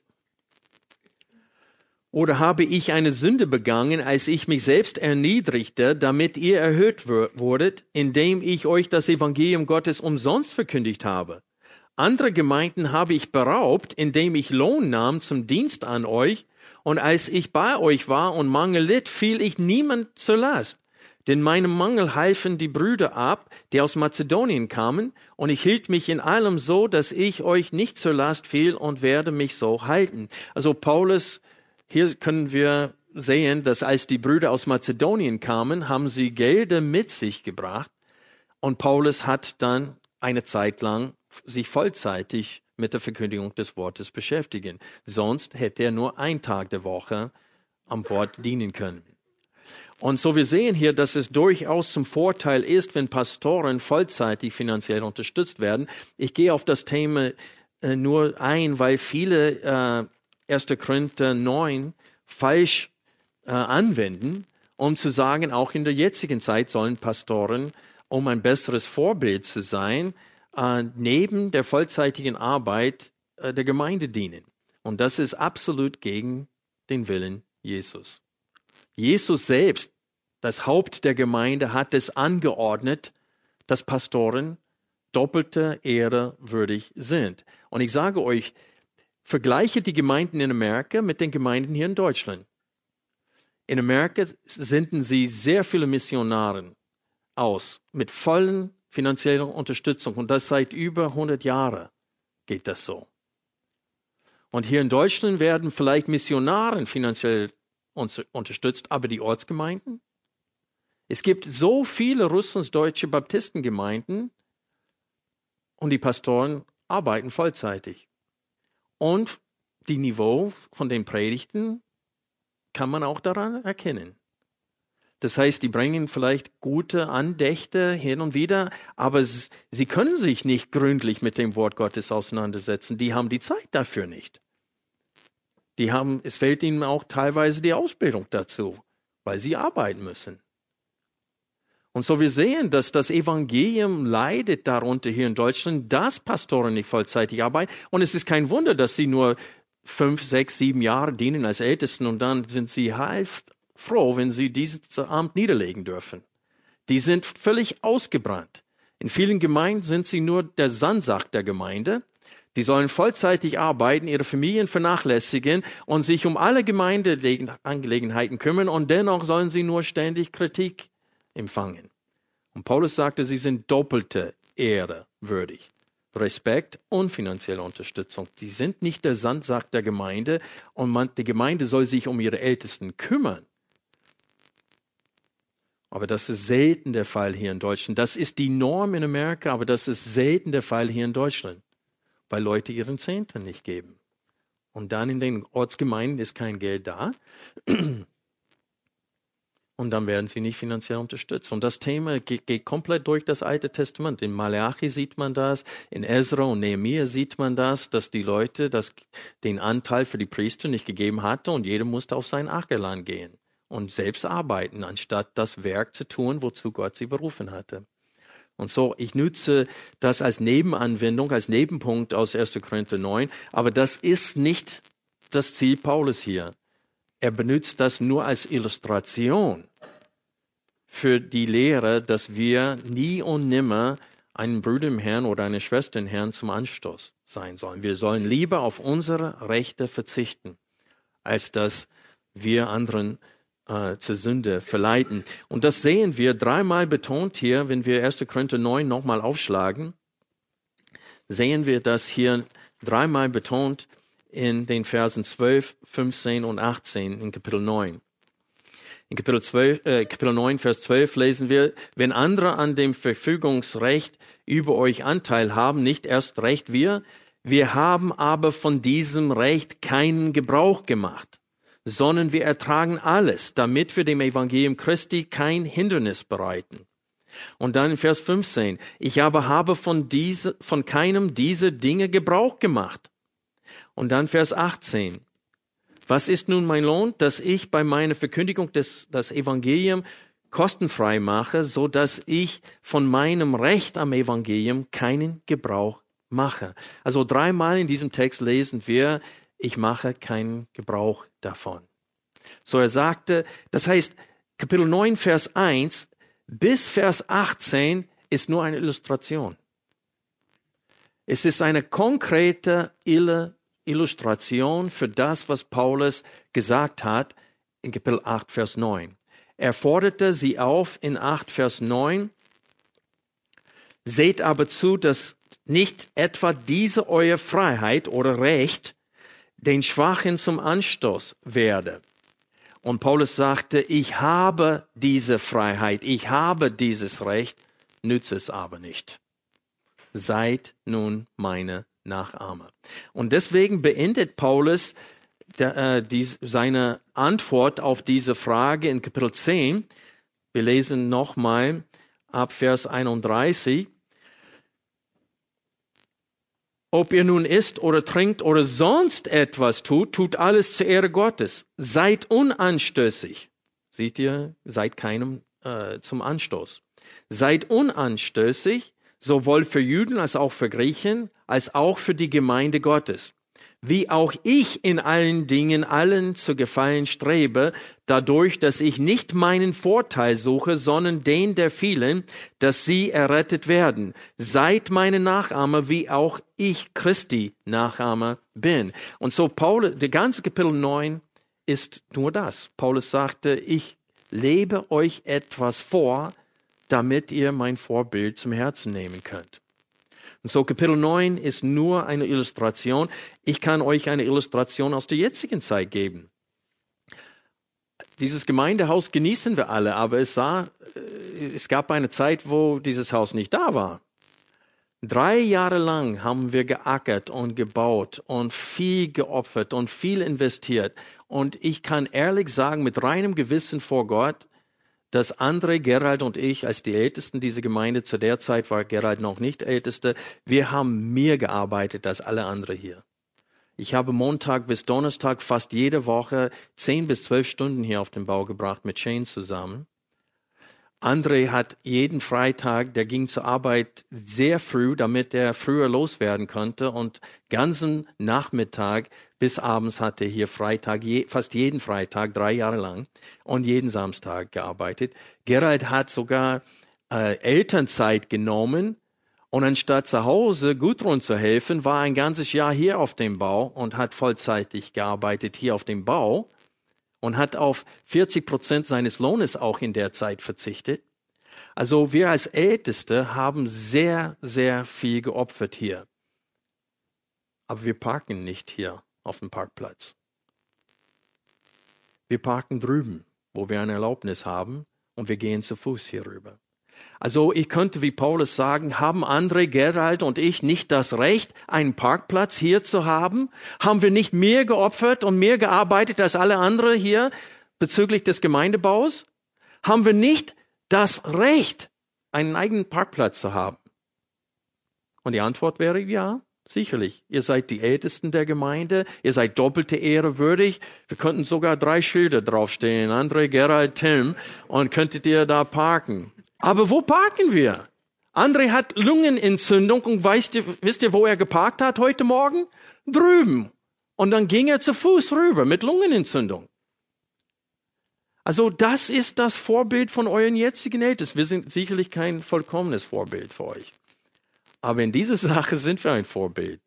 Oder habe ich eine Sünde begangen, als ich mich selbst erniedrigte, damit ihr erhöht wurdet, indem ich euch das Evangelium Gottes umsonst verkündigt habe? Andere Gemeinden habe ich beraubt, indem ich Lohn nahm zum Dienst an euch, und als ich bei euch war und Mangel litt, fiel ich niemand zur Last. Denn meinem Mangel halfen die Brüder ab, die aus Mazedonien kamen, und ich hielt mich in allem so, dass ich euch nicht zur Last fiel und werde mich so halten. Also Paulus, hier können wir sehen, dass als die Brüder aus Mazedonien kamen, haben sie Gelder mit sich gebracht, und Paulus hat dann eine Zeit lang sich vollzeitig mit der Verkündigung des Wortes beschäftigen. Sonst hätte er nur einen Tag der Woche am Wort dienen können. Und so wir sehen hier, dass es durchaus zum Vorteil ist, wenn Pastoren vollzeitig finanziell unterstützt werden. Ich gehe auf das Thema äh, nur ein, weil viele äh, erster Korinther neun falsch äh, anwenden, um zu sagen, auch in der jetzigen Zeit sollen Pastoren, um ein besseres Vorbild zu sein, äh, neben der vollzeitigen Arbeit äh, der Gemeinde dienen. Und das ist absolut gegen den Willen Jesus. Jesus selbst, das Haupt der Gemeinde, hat es angeordnet, dass Pastoren doppelte Ehre würdig sind. Und ich sage euch, vergleiche die Gemeinden in Amerika mit den Gemeinden hier in Deutschland. In Amerika senden sie sehr viele Missionare aus, mit vollen finanzieller Unterstützung. Und das seit über hundert Jahren geht das so. Und hier in Deutschland werden vielleicht Missionare finanziell unterstützt, aber die Ortsgemeinden? Es gibt so viele russlandsdeutsche Baptistengemeinden und die Pastoren arbeiten vollzeitig. Und die Niveau von den Predigten kann man auch daran erkennen. Das heißt, die bringen vielleicht gute Andächte hin und wieder, aber sie können sich nicht gründlich mit dem Wort Gottes auseinandersetzen. Die haben die Zeit dafür nicht. Die haben, es fehlt ihnen auch teilweise die Ausbildung dazu, weil sie arbeiten müssen. Und so wir sehen, dass das Evangelium leidet darunter hier in Deutschland, dass Pastoren nicht vollzeitig arbeiten. Und es ist kein Wunder, dass sie nur fünf, sechs, sieben Jahre dienen als Ältesten und dann sind sie halb froh, wenn sie dieses Amt niederlegen dürfen. Die sind völlig ausgebrannt. In vielen Gemeinden sind sie nur der Sandsack der Gemeinde. Die sollen vollzeitig arbeiten, ihre Familien vernachlässigen und sich um alle Gemeindeangelegenheiten kümmern und dennoch sollen sie nur ständig Kritik empfangen. Und Paulus sagte, sie sind doppelte Ehre würdig. Respekt und finanzielle Unterstützung. Die sind nicht der Sandsack der Gemeinde und man, die Gemeinde soll sich um ihre Ältesten kümmern. Aber das ist selten der Fall hier in Deutschland. Das ist die Norm in Amerika, aber das ist selten der Fall hier in Deutschland, weil Leute ihren Zehnten nicht geben. Und dann in den Ortsgemeinden ist kein Geld da. Und dann werden sie nicht finanziell unterstützt. Und das Thema geht, geht komplett durch das Alte Testament. In Malachi sieht man das, in Ezra und Nehemia sieht man das, dass die Leute das, den Anteil für die Priester nicht gegeben hatten und jeder musste auf sein Ackerland gehen und selbst arbeiten, anstatt das Werk zu tun, wozu Gott sie berufen hatte. Und so, ich nutze das als Nebenanwendung, als Nebenpunkt aus erster Korinther neun, aber das ist nicht das Ziel Paulus hier. Er benutzt das nur als Illustration für die Lehre, dass wir nie und nimmer einen Bruder im Herrn oder eine Schwester im Herrn zum Anstoß sein sollen. Wir sollen lieber auf unsere Rechte verzichten, als dass wir anderen äh, zur Sünde verleiten. Und das sehen wir dreimal betont hier, wenn wir erster Korinther neun nochmal aufschlagen, sehen wir das hier dreimal betont in den Versen zwölf, fünfzehn und achtzehn in Kapitel neun. In Kapitel, zwölf, äh, Kapitel neun, Vers zwölf lesen wir, wenn andere an dem Verfügungsrecht über euch Anteil haben, nicht erst recht wir, wir haben aber von diesem Recht keinen Gebrauch gemacht, sondern wir ertragen alles, damit wir dem Evangelium Christi kein Hindernis bereiten. Und dann in Vers fünfzehn, ich aber habe von, diese, von keinem dieser Dinge Gebrauch gemacht. Und dann Vers achtzehn. Was ist nun mein Lohn, dass ich bei meiner Verkündigung des das Evangelium kostenfrei mache, so dass ich von meinem Recht am Evangelium keinen Gebrauch mache? Also dreimal in diesem Text lesen wir, ich mache keinen Gebrauch davon. So er sagte, das heißt, Kapitel neun, Vers eins bis Vers achtzehn ist nur eine Illustration. Es ist eine konkrete Illustration. Illustration für das, was Paulus gesagt hat in Kapitel acht, Vers neun. Er forderte sie auf in acht, Vers neun. Seht aber zu, dass nicht etwa diese eure Freiheit oder Recht den Schwachen zum Anstoß werde. Und Paulus sagte, ich habe diese Freiheit, ich habe dieses Recht, nütze es aber nicht. Seid nun meine Nachahmer. Und deswegen beendet Paulus der, äh, die, seine Antwort auf diese Frage in Kapitel zehn. Wir lesen nochmal ab Vers einunddreißig. Ob ihr nun isst oder trinkt oder sonst etwas tut, tut alles zur Ehre Gottes. Seid unanstößig. Seht ihr, seid keinem äh, zum Anstoß. Seid unanstößig, sowohl für Juden als auch für Griechen, als auch für die Gemeinde Gottes. Wie auch ich in allen Dingen allen zu gefallen strebe, dadurch, dass ich nicht meinen Vorteil suche, sondern den der vielen, dass sie errettet werden. Seid meine Nachahmer, wie auch ich Christi Nachahmer bin. Und so Paulus, der ganze Kapitel neun ist nur das. Paulus sagte, ich lebe euch etwas vor, damit ihr mein Vorbild zum Herzen nehmen könnt. Und so Kapitel neun ist nur eine Illustration. Ich kann euch eine Illustration aus der jetzigen Zeit geben. Dieses Gemeindehaus genießen wir alle, aber es, sah, es gab eine Zeit, wo dieses Haus nicht da war. Drei Jahre lang haben wir geackert und gebaut und viel geopfert und viel investiert. Und ich kann ehrlich sagen, mit reinem Gewissen vor Gott, dass André, Gerald und ich als die Ältesten dieser Gemeinde, zu der Zeit war Gerald noch nicht Älteste, wir haben mehr gearbeitet als alle anderen hier. Ich habe Montag bis Donnerstag fast jede Woche zehn bis zwölf Stunden hier auf den Bau gebracht mit Shane zusammen. André hat jeden Freitag, der ging zur Arbeit sehr früh, damit er früher loswerden konnte, und ganzen Nachmittag bis abends hat er hier Freitag, je, fast jeden Freitag, drei Jahre lang, und jeden Samstag gearbeitet. Gerald hat sogar äh, Elternzeit genommen, und anstatt zu Hause Gudrun zu helfen, war ein ganzes Jahr hier auf dem Bau und hat vollzeitig gearbeitet hier auf dem Bau. Und hat auf vierzig Prozent seines Lohnes auch in der Zeit verzichtet. Also wir als Älteste haben sehr, sehr viel geopfert hier. Aber wir parken nicht hier auf dem Parkplatz. Wir parken drüben, wo wir eine Erlaubnis haben, und wir gehen zu Fuß hier rüber. Also ich könnte wie Paulus sagen, haben André, Gerald und ich nicht das Recht, einen Parkplatz hier zu haben? Haben wir nicht mehr geopfert und mehr gearbeitet als alle anderen hier bezüglich des Gemeindebaus? Haben wir nicht das Recht, einen eigenen Parkplatz zu haben? Und die Antwort wäre ja, sicherlich. Ihr seid die Ältesten der Gemeinde, ihr seid doppelte Ehre würdig. Wir könnten sogar drei Schilder draufstehen, André, Gerald, Tim, und könntet ihr da parken. Aber wo parken wir? André hat Lungenentzündung und weißt ihr, wisst ihr, wo er geparkt hat heute Morgen? Drüben. Und dann ging er zu Fuß rüber mit Lungenentzündung. Also das ist das Vorbild von euren jetzigen Ältesten. Wir sind sicherlich kein vollkommenes Vorbild für euch. Aber in dieser Sache sind wir ein Vorbild.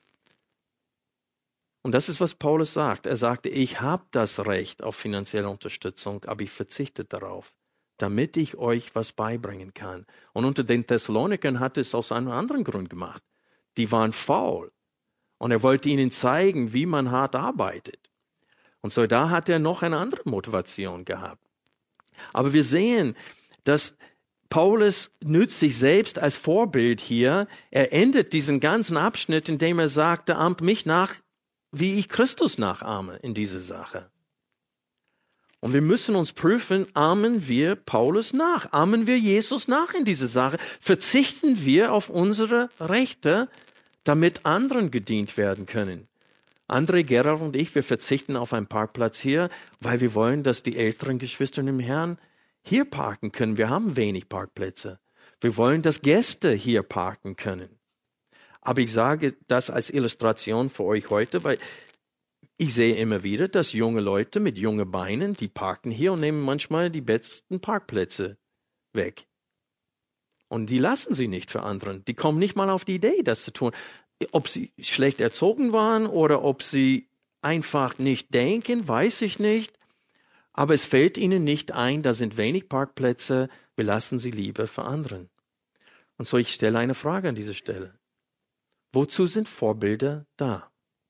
Und das ist, was Paulus sagt. Er sagte, ich habe das Recht auf finanzielle Unterstützung, aber ich verzichte darauf, damit ich euch was beibringen kann. Und unter den Thessalonikern hat es aus einem anderen Grund gemacht. Die waren faul. Und er wollte ihnen zeigen, wie man hart arbeitet. Und so da hat er noch eine andere Motivation gehabt. Aber wir sehen, dass Paulus nützt sich selbst als Vorbild hier. Er endet diesen ganzen Abschnitt, indem er sagte, ahmt mich nach, wie ich Christus nachahme in dieser Sache. Und wir müssen uns prüfen, ahmen wir Paulus nach? Ahmen wir Jesus nach in dieser Sache? Verzichten wir auf unsere Rechte, damit anderen gedient werden können? André, Gerald und ich, wir verzichten auf einen Parkplatz hier, weil wir wollen, dass die älteren Geschwister im Herrn hier parken können. Wir haben wenig Parkplätze. Wir wollen, dass Gäste hier parken können. Aber ich sage das als Illustration für euch heute, weil ich sehe immer wieder, dass junge Leute mit jungen Beinen, die parken hier und nehmen manchmal die besten Parkplätze weg. Und die lassen sie nicht für anderen. Die kommen nicht mal auf die Idee, das zu tun. Ob sie schlecht erzogen waren oder ob sie einfach nicht denken, weiß ich nicht. Aber es fällt ihnen nicht ein, da sind wenig Parkplätze, wir lassen sie lieber für anderen. Und so, ich stelle eine Frage an dieser Stelle. Wozu sind Vorbilder da?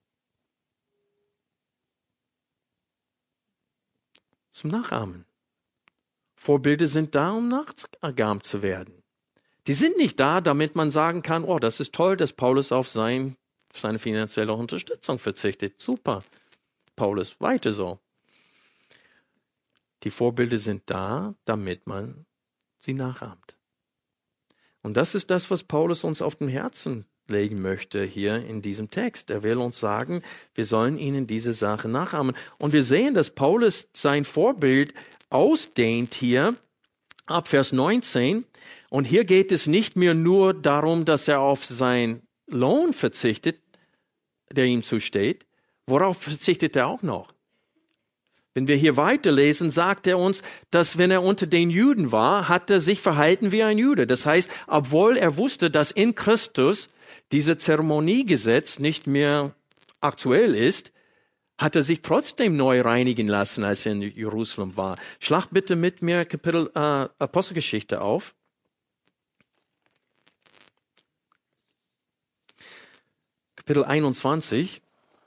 Zum Nachahmen. Vorbilder sind da, um nachgeahmt zu werden. Die sind nicht da, damit man sagen kann, oh, das ist toll, dass Paulus auf sein, seine finanzielle Unterstützung verzichtet. Super, Paulus, weiter so. Die Vorbilder sind da, damit man sie nachahmt. Und das ist das, was Paulus uns auf dem Herzen legen möchte hier in diesem Text. Er will uns sagen, wir sollen ihnen diese Sache nachahmen. Und wir sehen, dass Paulus sein Vorbild ausdehnt hier ab Vers neunzehn. Und hier geht es nicht mehr nur darum, dass er auf seinen Lohn verzichtet, der ihm zusteht. Worauf verzichtet er auch noch? Wenn wir hier weiterlesen, sagt er uns, dass wenn er unter den Juden war, hat er sich verhalten wie ein Jude. Das heißt, obwohl er wusste, dass in Christus dieses Zeremoniegesetz nicht mehr aktuell ist, hat er sich trotzdem neu reinigen lassen, als er in Jerusalem war. Schlag bitte mit mir Kapitel äh, Apostelgeschichte auf. Kapitel einundzwanzig.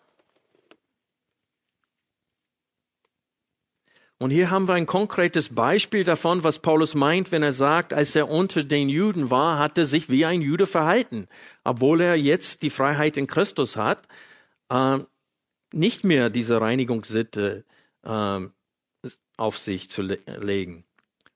Und hier haben wir ein konkretes Beispiel davon, was Paulus meint, wenn er sagt, als er unter den Juden war, hat er sich wie ein Jude verhalten. Obwohl er jetzt die Freiheit in Christus hat, äh, nicht mehr diese Reinigungssitte äh, auf sich zu le- legen.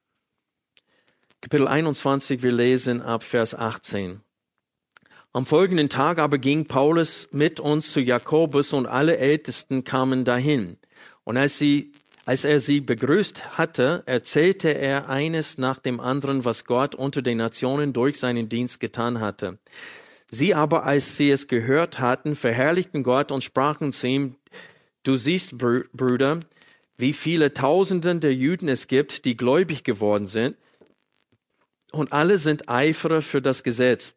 Kapitel einundzwanzig, wir lesen ab Vers achtzehn. Am folgenden Tag aber ging Paulus mit uns zu Jakobus und alle Ältesten kamen dahin. Und als sie Als er sie begrüßt hatte, erzählte er eines nach dem anderen, was Gott unter den Nationen durch seinen Dienst getan hatte. Sie aber, als sie es gehört hatten, verherrlichten Gott und sprachen zu ihm, du siehst, Brüder, wie viele Tausenden der Juden es gibt, die gläubig geworden sind, und alle sind Eiferer für das Gesetz.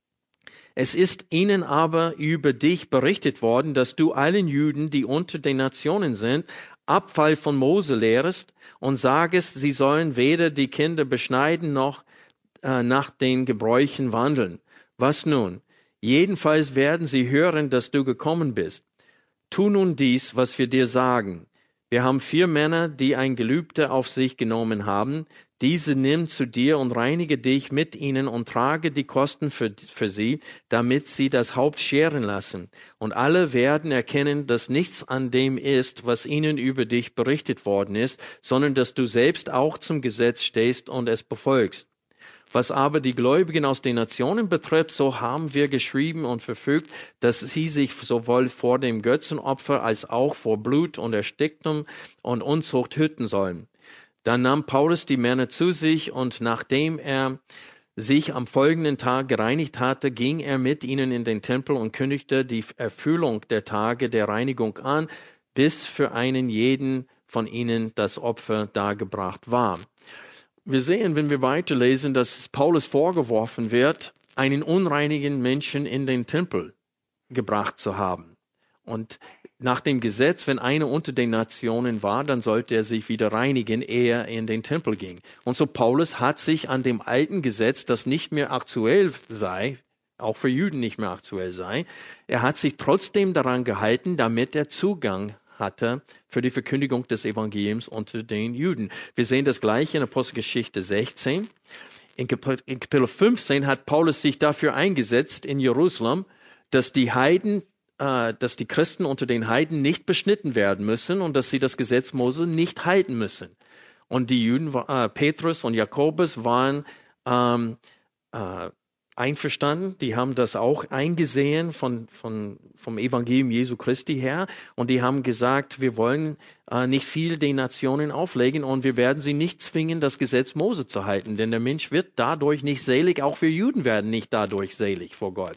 Es ist ihnen aber über dich berichtet worden, dass du allen Juden, die unter den Nationen sind, Abfall von Mose lehrest und sagest, sie sollen weder die Kinder beschneiden noch äh, nach den Gebräuchen wandeln. Was nun? Jedenfalls werden sie hören, dass du gekommen bist. Tu nun dies, was wir dir sagen. Wir haben vier Männer, die ein Gelübde auf sich genommen haben. Diese nimm zu dir und reinige dich mit ihnen und trage die Kosten für, für sie, damit sie das Haupt scheren lassen. Und alle werden erkennen, dass nichts an dem ist, was ihnen über dich berichtet worden ist, sondern dass du selbst auch zum Gesetz stehst und es befolgst. Was aber die Gläubigen aus den Nationen betrifft, so haben wir geschrieben und verfügt, dass sie sich sowohl vor dem Götzenopfer als auch vor Blut und Ersticktem und Unzucht hüten sollen. Dann nahm Paulus die Männer zu sich, und nachdem er sich am folgenden Tag gereinigt hatte, ging er mit ihnen in den Tempel und kündigte die Erfüllung der Tage der Reinigung an, bis für einen jeden von ihnen das Opfer dargebracht war. Wir sehen, wenn wir weiterlesen, dass Paulus vorgeworfen wird, einen unreinigen Menschen in den Tempel gebracht zu haben. Und nach dem Gesetz, wenn einer unter den Nationen war, dann sollte er sich wieder reinigen, ehe er in den Tempel ging. Und so Paulus hat sich an dem alten Gesetz, das nicht mehr aktuell sei, auch für Juden nicht mehr aktuell sei, er hat sich trotzdem daran gehalten, damit er Zugang hatte für die Verkündigung des Evangeliums unter den Juden. Wir sehen das Gleiche in Apostelgeschichte sechzehn. In Kapitel fünfzehn hat Paulus sich dafür eingesetzt in Jerusalem, dass die Heiden dass die Christen unter den Heiden nicht beschnitten werden müssen und dass sie das Gesetz Mose nicht halten müssen. Und die Juden, äh, Petrus und Jakobus, waren ähm, äh, einverstanden. Die haben das auch eingesehen von, von, vom Evangelium Jesu Christi her. Und die haben gesagt, wir wollen äh, nicht viel den Nationen auflegen und wir werden sie nicht zwingen, das Gesetz Mose zu halten. Denn der Mensch wird dadurch nicht selig. Auch wir Juden werden nicht dadurch selig vor Gott.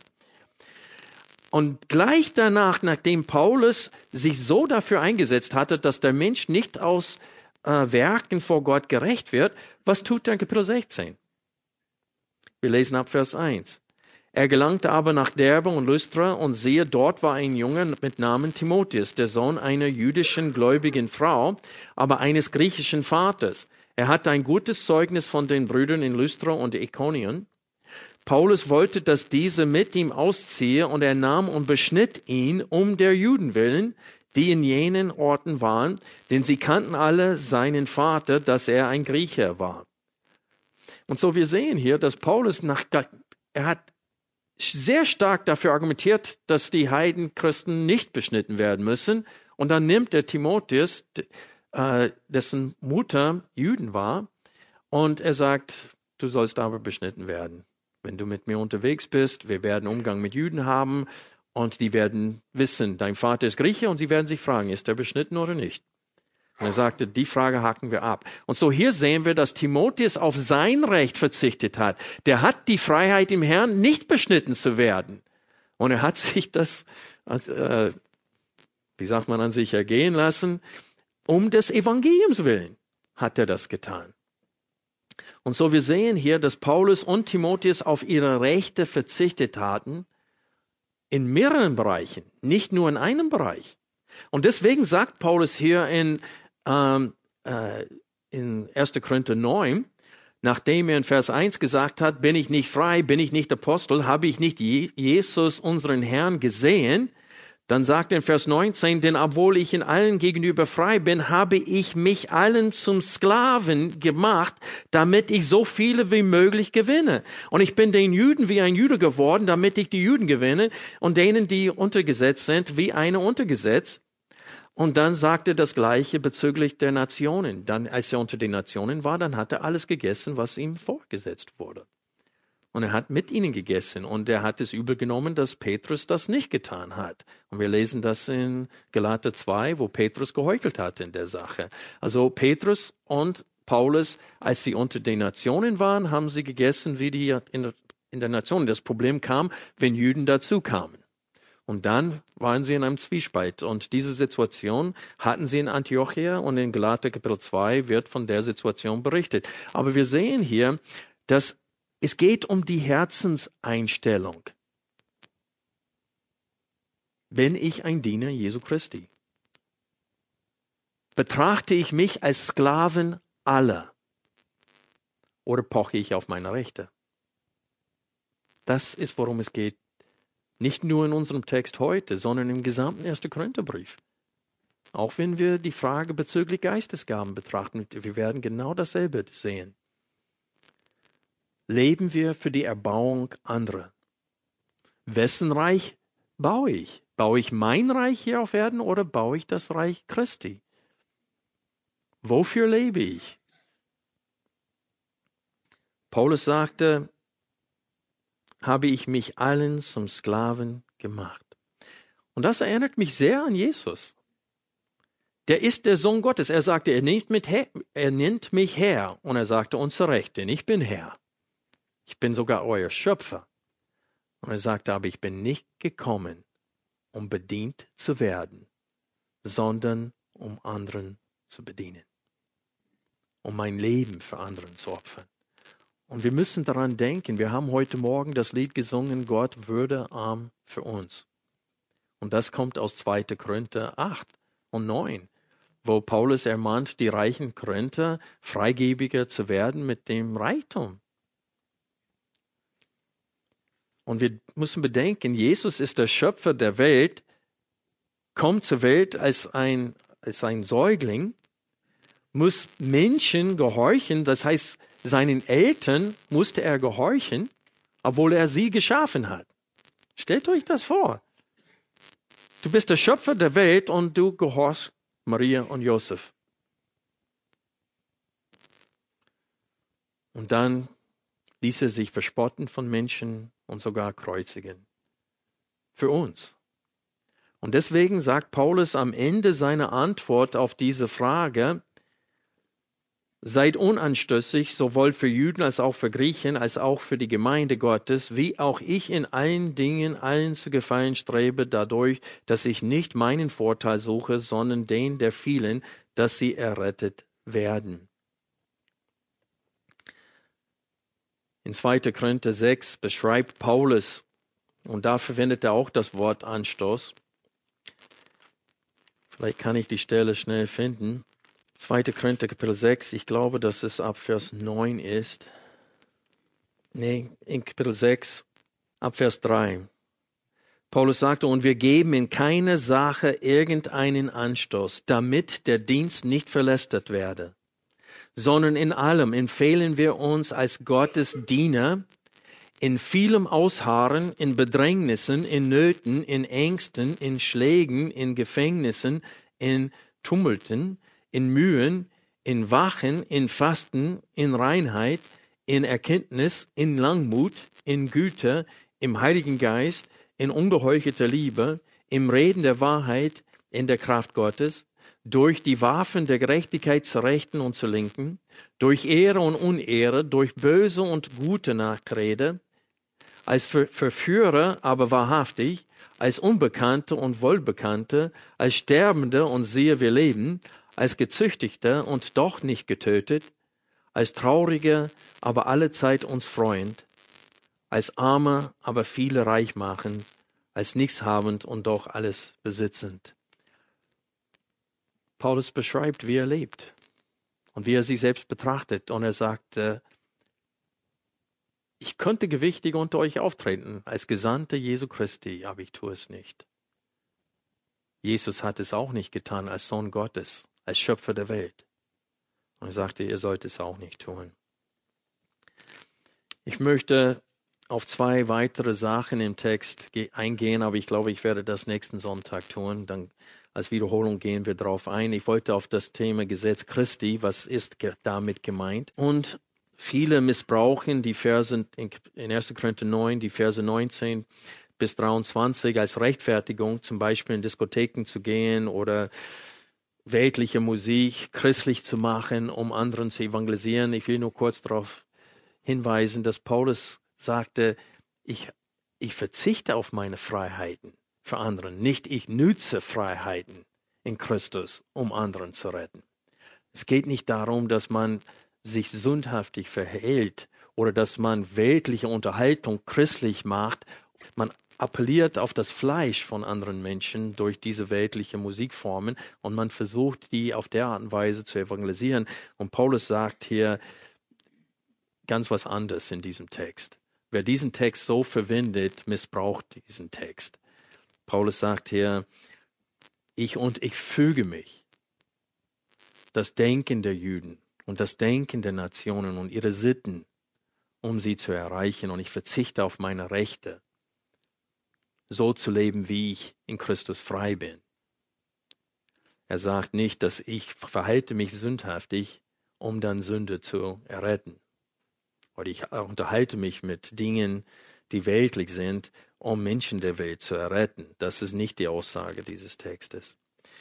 Und gleich danach, nachdem Paulus sich so dafür eingesetzt hatte, dass der Mensch nicht aus äh, Werken vor Gott gerecht wird, was tut er in Kapitel sechzehn? Wir lesen ab Vers eins. Er gelangte aber nach Derbe und Lystra, und siehe, dort war ein Junge mit Namen Timotheus, der Sohn einer jüdischen gläubigen Frau, aber eines griechischen Vaters. Er hatte ein gutes Zeugnis von den Brüdern in Lystra und Ikonien. Paulus wollte, dass diese mit ihm ausziehe, und er nahm und beschnitt ihn um der Juden willen, die in jenen Orten waren, denn sie kannten alle seinen Vater, dass er ein Grieche war. Und so wir sehen hier, dass Paulus nach, er hat sehr stark dafür argumentiert, dass die Heidenchristen nicht beschnitten werden müssen, und dann nimmt er Timotheus, dessen Mutter Juden war, und er sagt, du sollst aber beschnitten werden, wenn du mit mir unterwegs bist, wir werden Umgang mit Juden haben und die werden wissen, dein Vater ist Grieche und sie werden sich fragen, ist er beschnitten oder nicht? Und er sagte, die Frage haken wir ab. Und so hier sehen wir, dass Timotheus auf sein Recht verzichtet hat. Der hat die Freiheit im Herrn, nicht beschnitten zu werden. Und er hat sich das, äh, wie sagt man, an sich ergehen lassen. Um des Evangeliums willen hat er das getan. Und so wir sehen hier, dass Paulus und Timotheus auf ihre Rechte verzichtet hatten, in mehreren Bereichen, nicht nur in einem Bereich. Und deswegen sagt Paulus hier in, ähm, äh, in erster Korinther neun, nachdem er in Vers eins gesagt hat, bin ich nicht frei, bin ich nicht Apostel, habe ich nicht Je- Jesus, unseren Herrn, gesehen, dann sagt er in Vers neunzehn, denn obwohl ich in allen gegenüber frei bin, habe ich mich allen zum Sklaven gemacht, damit ich so viele wie möglich gewinne. Und ich bin den Juden wie ein Jude geworden, damit ich die Juden gewinne und denen, die untergesetzt sind, wie eine untergesetzt. Und dann sagt er das Gleiche bezüglich der Nationen. Dann, als er unter den Nationen war, dann hat er alles gegessen, was ihm vorgesetzt wurde. Und er hat mit ihnen gegessen und er hat es übel genommen, dass Petrus das nicht getan hat. Und wir lesen das in Galater zwei, wo Petrus geheuchelt hat in der Sache. Also Petrus und Paulus, als sie unter den Nationen waren, haben sie gegessen wie die in der, in der Nation. Das Problem kam, wenn Juden dazu kamen. Und dann waren sie in einem Zwiespalt. Und diese Situation hatten sie in Antiochia und in Galater Kapitel zwei wird von der Situation berichtet. Aber wir sehen hier, dass es geht um die Herzenseinstellung. Bin ich ein Diener Jesu Christi? Betrachte ich mich als Sklaven aller? Oder poche ich auf meine Rechte? Das ist, worum es geht. Nicht nur in unserem Text heute, sondern im gesamten ersten Korintherbrief. Auch wenn wir die Frage bezüglich Geistesgaben betrachten, wir werden genau dasselbe sehen. Leben wir für die Erbauung anderer? Wessen Reich baue ich? Baue ich mein Reich hier auf Erden oder baue ich das Reich Christi? Wofür lebe ich? Paulus sagte, habe ich mich allen zum Sklaven gemacht. Und das erinnert mich sehr an Jesus. Der ist der Sohn Gottes. Er sagte, er nennt, mit Herr, er nennt mich Herr. Und er sagte uns zu Recht, denn ich bin Herr. Ich bin sogar euer Schöpfer. Und er sagte, aber ich bin nicht gekommen, um bedient zu werden, sondern um anderen zu bedienen. Um mein Leben für anderen zu opfern. Und wir müssen daran denken, wir haben heute Morgen das Lied gesungen, Gott würde arm für uns. Und das kommt aus zweiter Korinther acht und neun, wo Paulus ermahnt, die reichen Korinther freigebiger zu werden mit dem Reichtum. Und wir müssen bedenken, Jesus ist der Schöpfer der Welt, kommt zur Welt als ein, als ein Säugling, muss Menschen gehorchen, das heißt, seinen Eltern musste er gehorchen, obwohl er sie geschaffen hat. Stellt euch das vor. Du bist der Schöpfer der Welt und du gehorchst Maria und Josef. Und dann ließ er sich verspotten von Menschen und sogar kreuzigen. Für uns. Und deswegen sagt Paulus am Ende seiner Antwort auf diese Frage, seid unanstößig, sowohl für Juden als auch für Griechen, als auch für die Gemeinde Gottes, wie auch ich in allen Dingen allen zu gefallen strebe, dadurch, dass ich nicht meinen Vorteil suche, sondern den der vielen, dass sie errettet werden. In zweiter Korinther sechs beschreibt Paulus, und da verwendet er auch das Wort Anstoß. Vielleicht kann ich die Stelle schnell finden. zweiter Korinther Kapitel sechs, ich glaube, dass es ab Vers neun ist. Nee, in Kapitel sechs, ab Vers drei. Paulus sagte, und wir geben in keiner Sache irgendeinen Anstoß, damit der Dienst nicht verlästert werde, sondern in allem empfehlen wir uns als Gottes Diener, in vielem Ausharren, in Bedrängnissen, in Nöten, in Ängsten, in Schlägen, in Gefängnissen, in Tumulten, in Mühen, in Wachen, in Fasten, in Reinheit, in Erkenntnis, in Langmut, in Güte, im Heiligen Geist, in ungeheuchelter Liebe, im Reden der Wahrheit, in der Kraft Gottes, durch die Waffen der Gerechtigkeit zur Rechten und zur Linken, durch Ehre und Unehre, durch böse und gute Nachrede, als Ver- Verführer, aber wahrhaftig, als Unbekannte und Wohlbekannte, als Sterbende und siehe wir leben, als Gezüchtigte und doch nicht getötet, als Traurige, aber allezeit uns freuend, als Arme, aber viele reich machend, als nichtshabend und doch alles besitzend. Paulus beschreibt, wie er lebt und wie er sich selbst betrachtet. Und er sagt, äh, ich könnte gewichtig unter euch auftreten als Gesandter Jesu Christi, aber ich tue es nicht. Jesus hat es auch nicht getan als Sohn Gottes, als Schöpfer der Welt. Und er sagte, ihr sollt es auch nicht tun. Ich möchte auf zwei weitere Sachen im Text eingehen, aber ich glaube, ich werde das nächsten Sonntag tun. Dann als Wiederholung gehen wir darauf ein. Ich wollte auf das Thema Gesetz Christi, was ist damit gemeint? Und viele missbrauchen die Verse in erster Korinther neun, die Verse neunzehn bis dreiundzwanzig als Rechtfertigung, zum Beispiel in Diskotheken zu gehen oder weltliche Musik christlich zu machen, um anderen zu evangelisieren. Ich will nur kurz darauf hinweisen, dass Paulus sagte, ich, ich verzichte auf meine Freiheiten für anderen, nicht ich nütze Freiheiten in Christus, um anderen zu retten. Es geht nicht darum, dass man sich sündhaftig verhält oder dass man weltliche Unterhaltung christlich macht. Man appelliert auf das Fleisch von anderen Menschen durch diese weltliche Musikformen und man versucht, die auf der Art und Weise zu evangelisieren. Und Paulus sagt hier ganz was anderes in diesem Text. Wer diesen Text so verwendet, missbraucht diesen Text. Paulus sagt hier, ich und ich füge mich. Das Denken der Juden und das Denken der Nationen und ihre Sitten, um sie zu erreichen. Und ich verzichte auf meine Rechte, so zu leben, wie ich in Christus frei bin. Er sagt nicht, dass ich verhalte mich sündhaftig, um dann Sünde zu erretten. Oder ich unterhalte mich mit Dingen, die weltlich sind, um Menschen der Welt zu erretten. Das ist nicht die Aussage dieses Textes.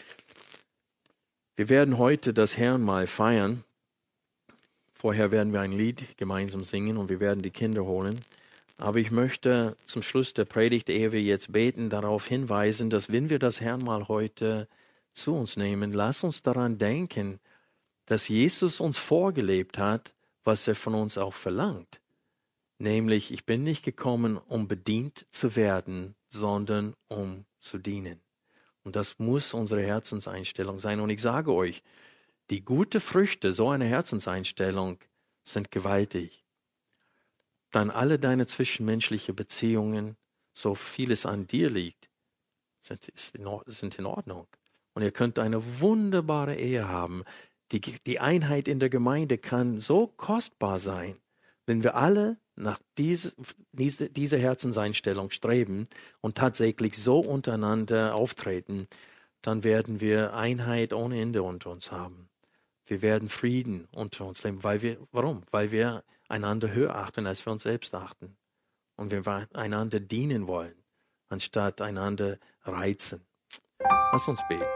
Wir werden heute das Herrenmahl feiern. Vorher werden wir ein Lied gemeinsam singen und wir werden die Kinder holen. Aber ich möchte zum Schluss der Predigt, ehe wir jetzt beten, darauf hinweisen, dass wenn wir das Herrenmahl heute zu uns nehmen, lass uns daran denken, dass Jesus uns vorgelebt hat, was er von uns auch verlangt. Nämlich, ich bin nicht gekommen, um bedient zu werden, sondern um zu dienen. Und das muss unsere Herzenseinstellung sein. Und ich sage euch, die guten Früchte so einer Herzenseinstellung sind gewaltig. Dann alle deine zwischenmenschlichen Beziehungen, so vieles an dir liegt, sind, sind in Ordnung. Und ihr könnt eine wunderbare Ehe haben. Die, die Einheit in der Gemeinde kann so kostbar sein, wenn wir alle nach diese, diese, dieser Herzenseinstellung streben und tatsächlich so untereinander auftreten, dann werden wir Einheit ohne Ende unter uns haben. Wir werden Frieden unter uns leben. Weil wir, warum? Weil wir einander höher achten, als wir uns selbst achten. Und wir einander dienen wollen, anstatt einander reizen. Lass uns beten.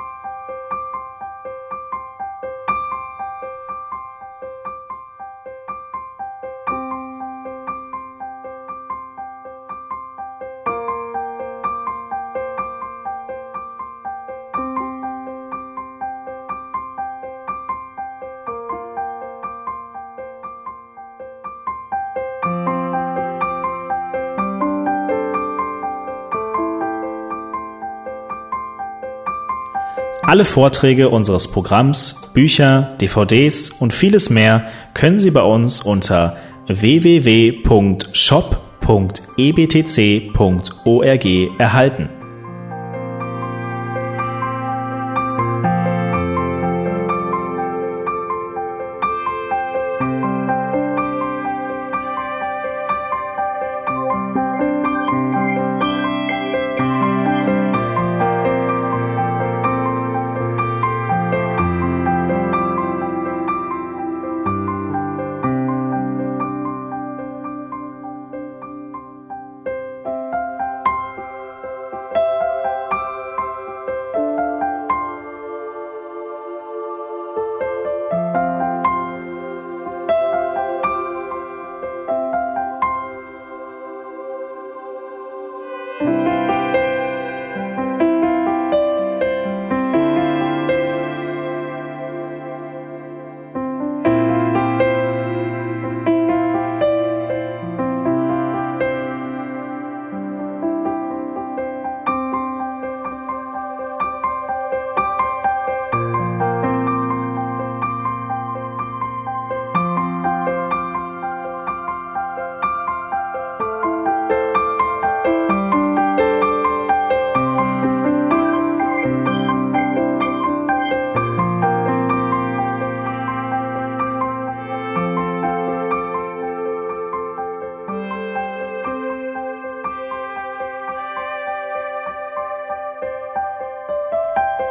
Alle Vorträge unseres Programms, Bücher, D V Ds und vieles mehr können Sie bei uns unter w w w punkt shop punkt e b t c punkt org erhalten.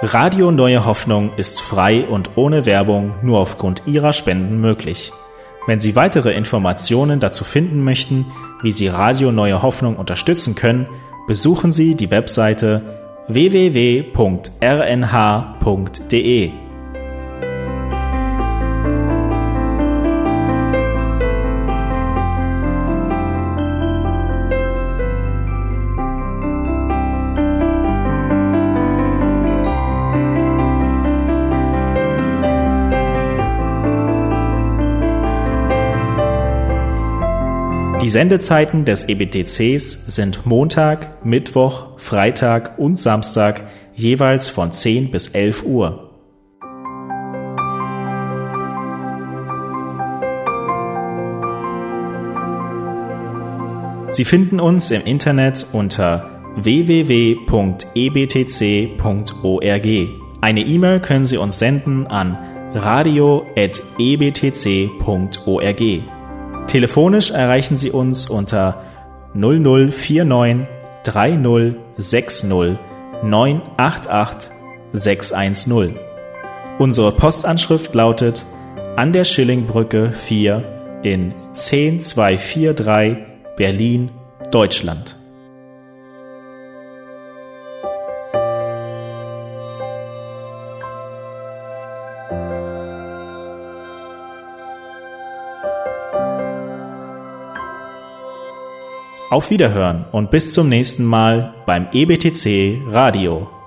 Radio Neue Hoffnung ist frei und ohne Werbung nur aufgrund Ihrer Spenden möglich. Wenn Sie weitere Informationen dazu finden möchten, wie Sie Radio Neue Hoffnung unterstützen können, besuchen Sie die Webseite w w w punkt r n h punkt d e. Die Sendezeiten des E B T Cs sind Montag, Mittwoch, Freitag und Samstag jeweils von zehn bis elf Uhr. Sie finden uns im Internet unter w w w punkt e b t c punkt org. Eine E-Mail können Sie uns senden an radio at e b t c punkt org. Telefonisch erreichen Sie uns unter null null vier neun drei null sechs null neun acht acht sechs eins null. Unsere Postanschrift lautet an der Schillingbrücke vier in zehn zwei vier drei Berlin, Deutschland. Auf Wiederhören und bis zum nächsten Mal beim E B T C Radio.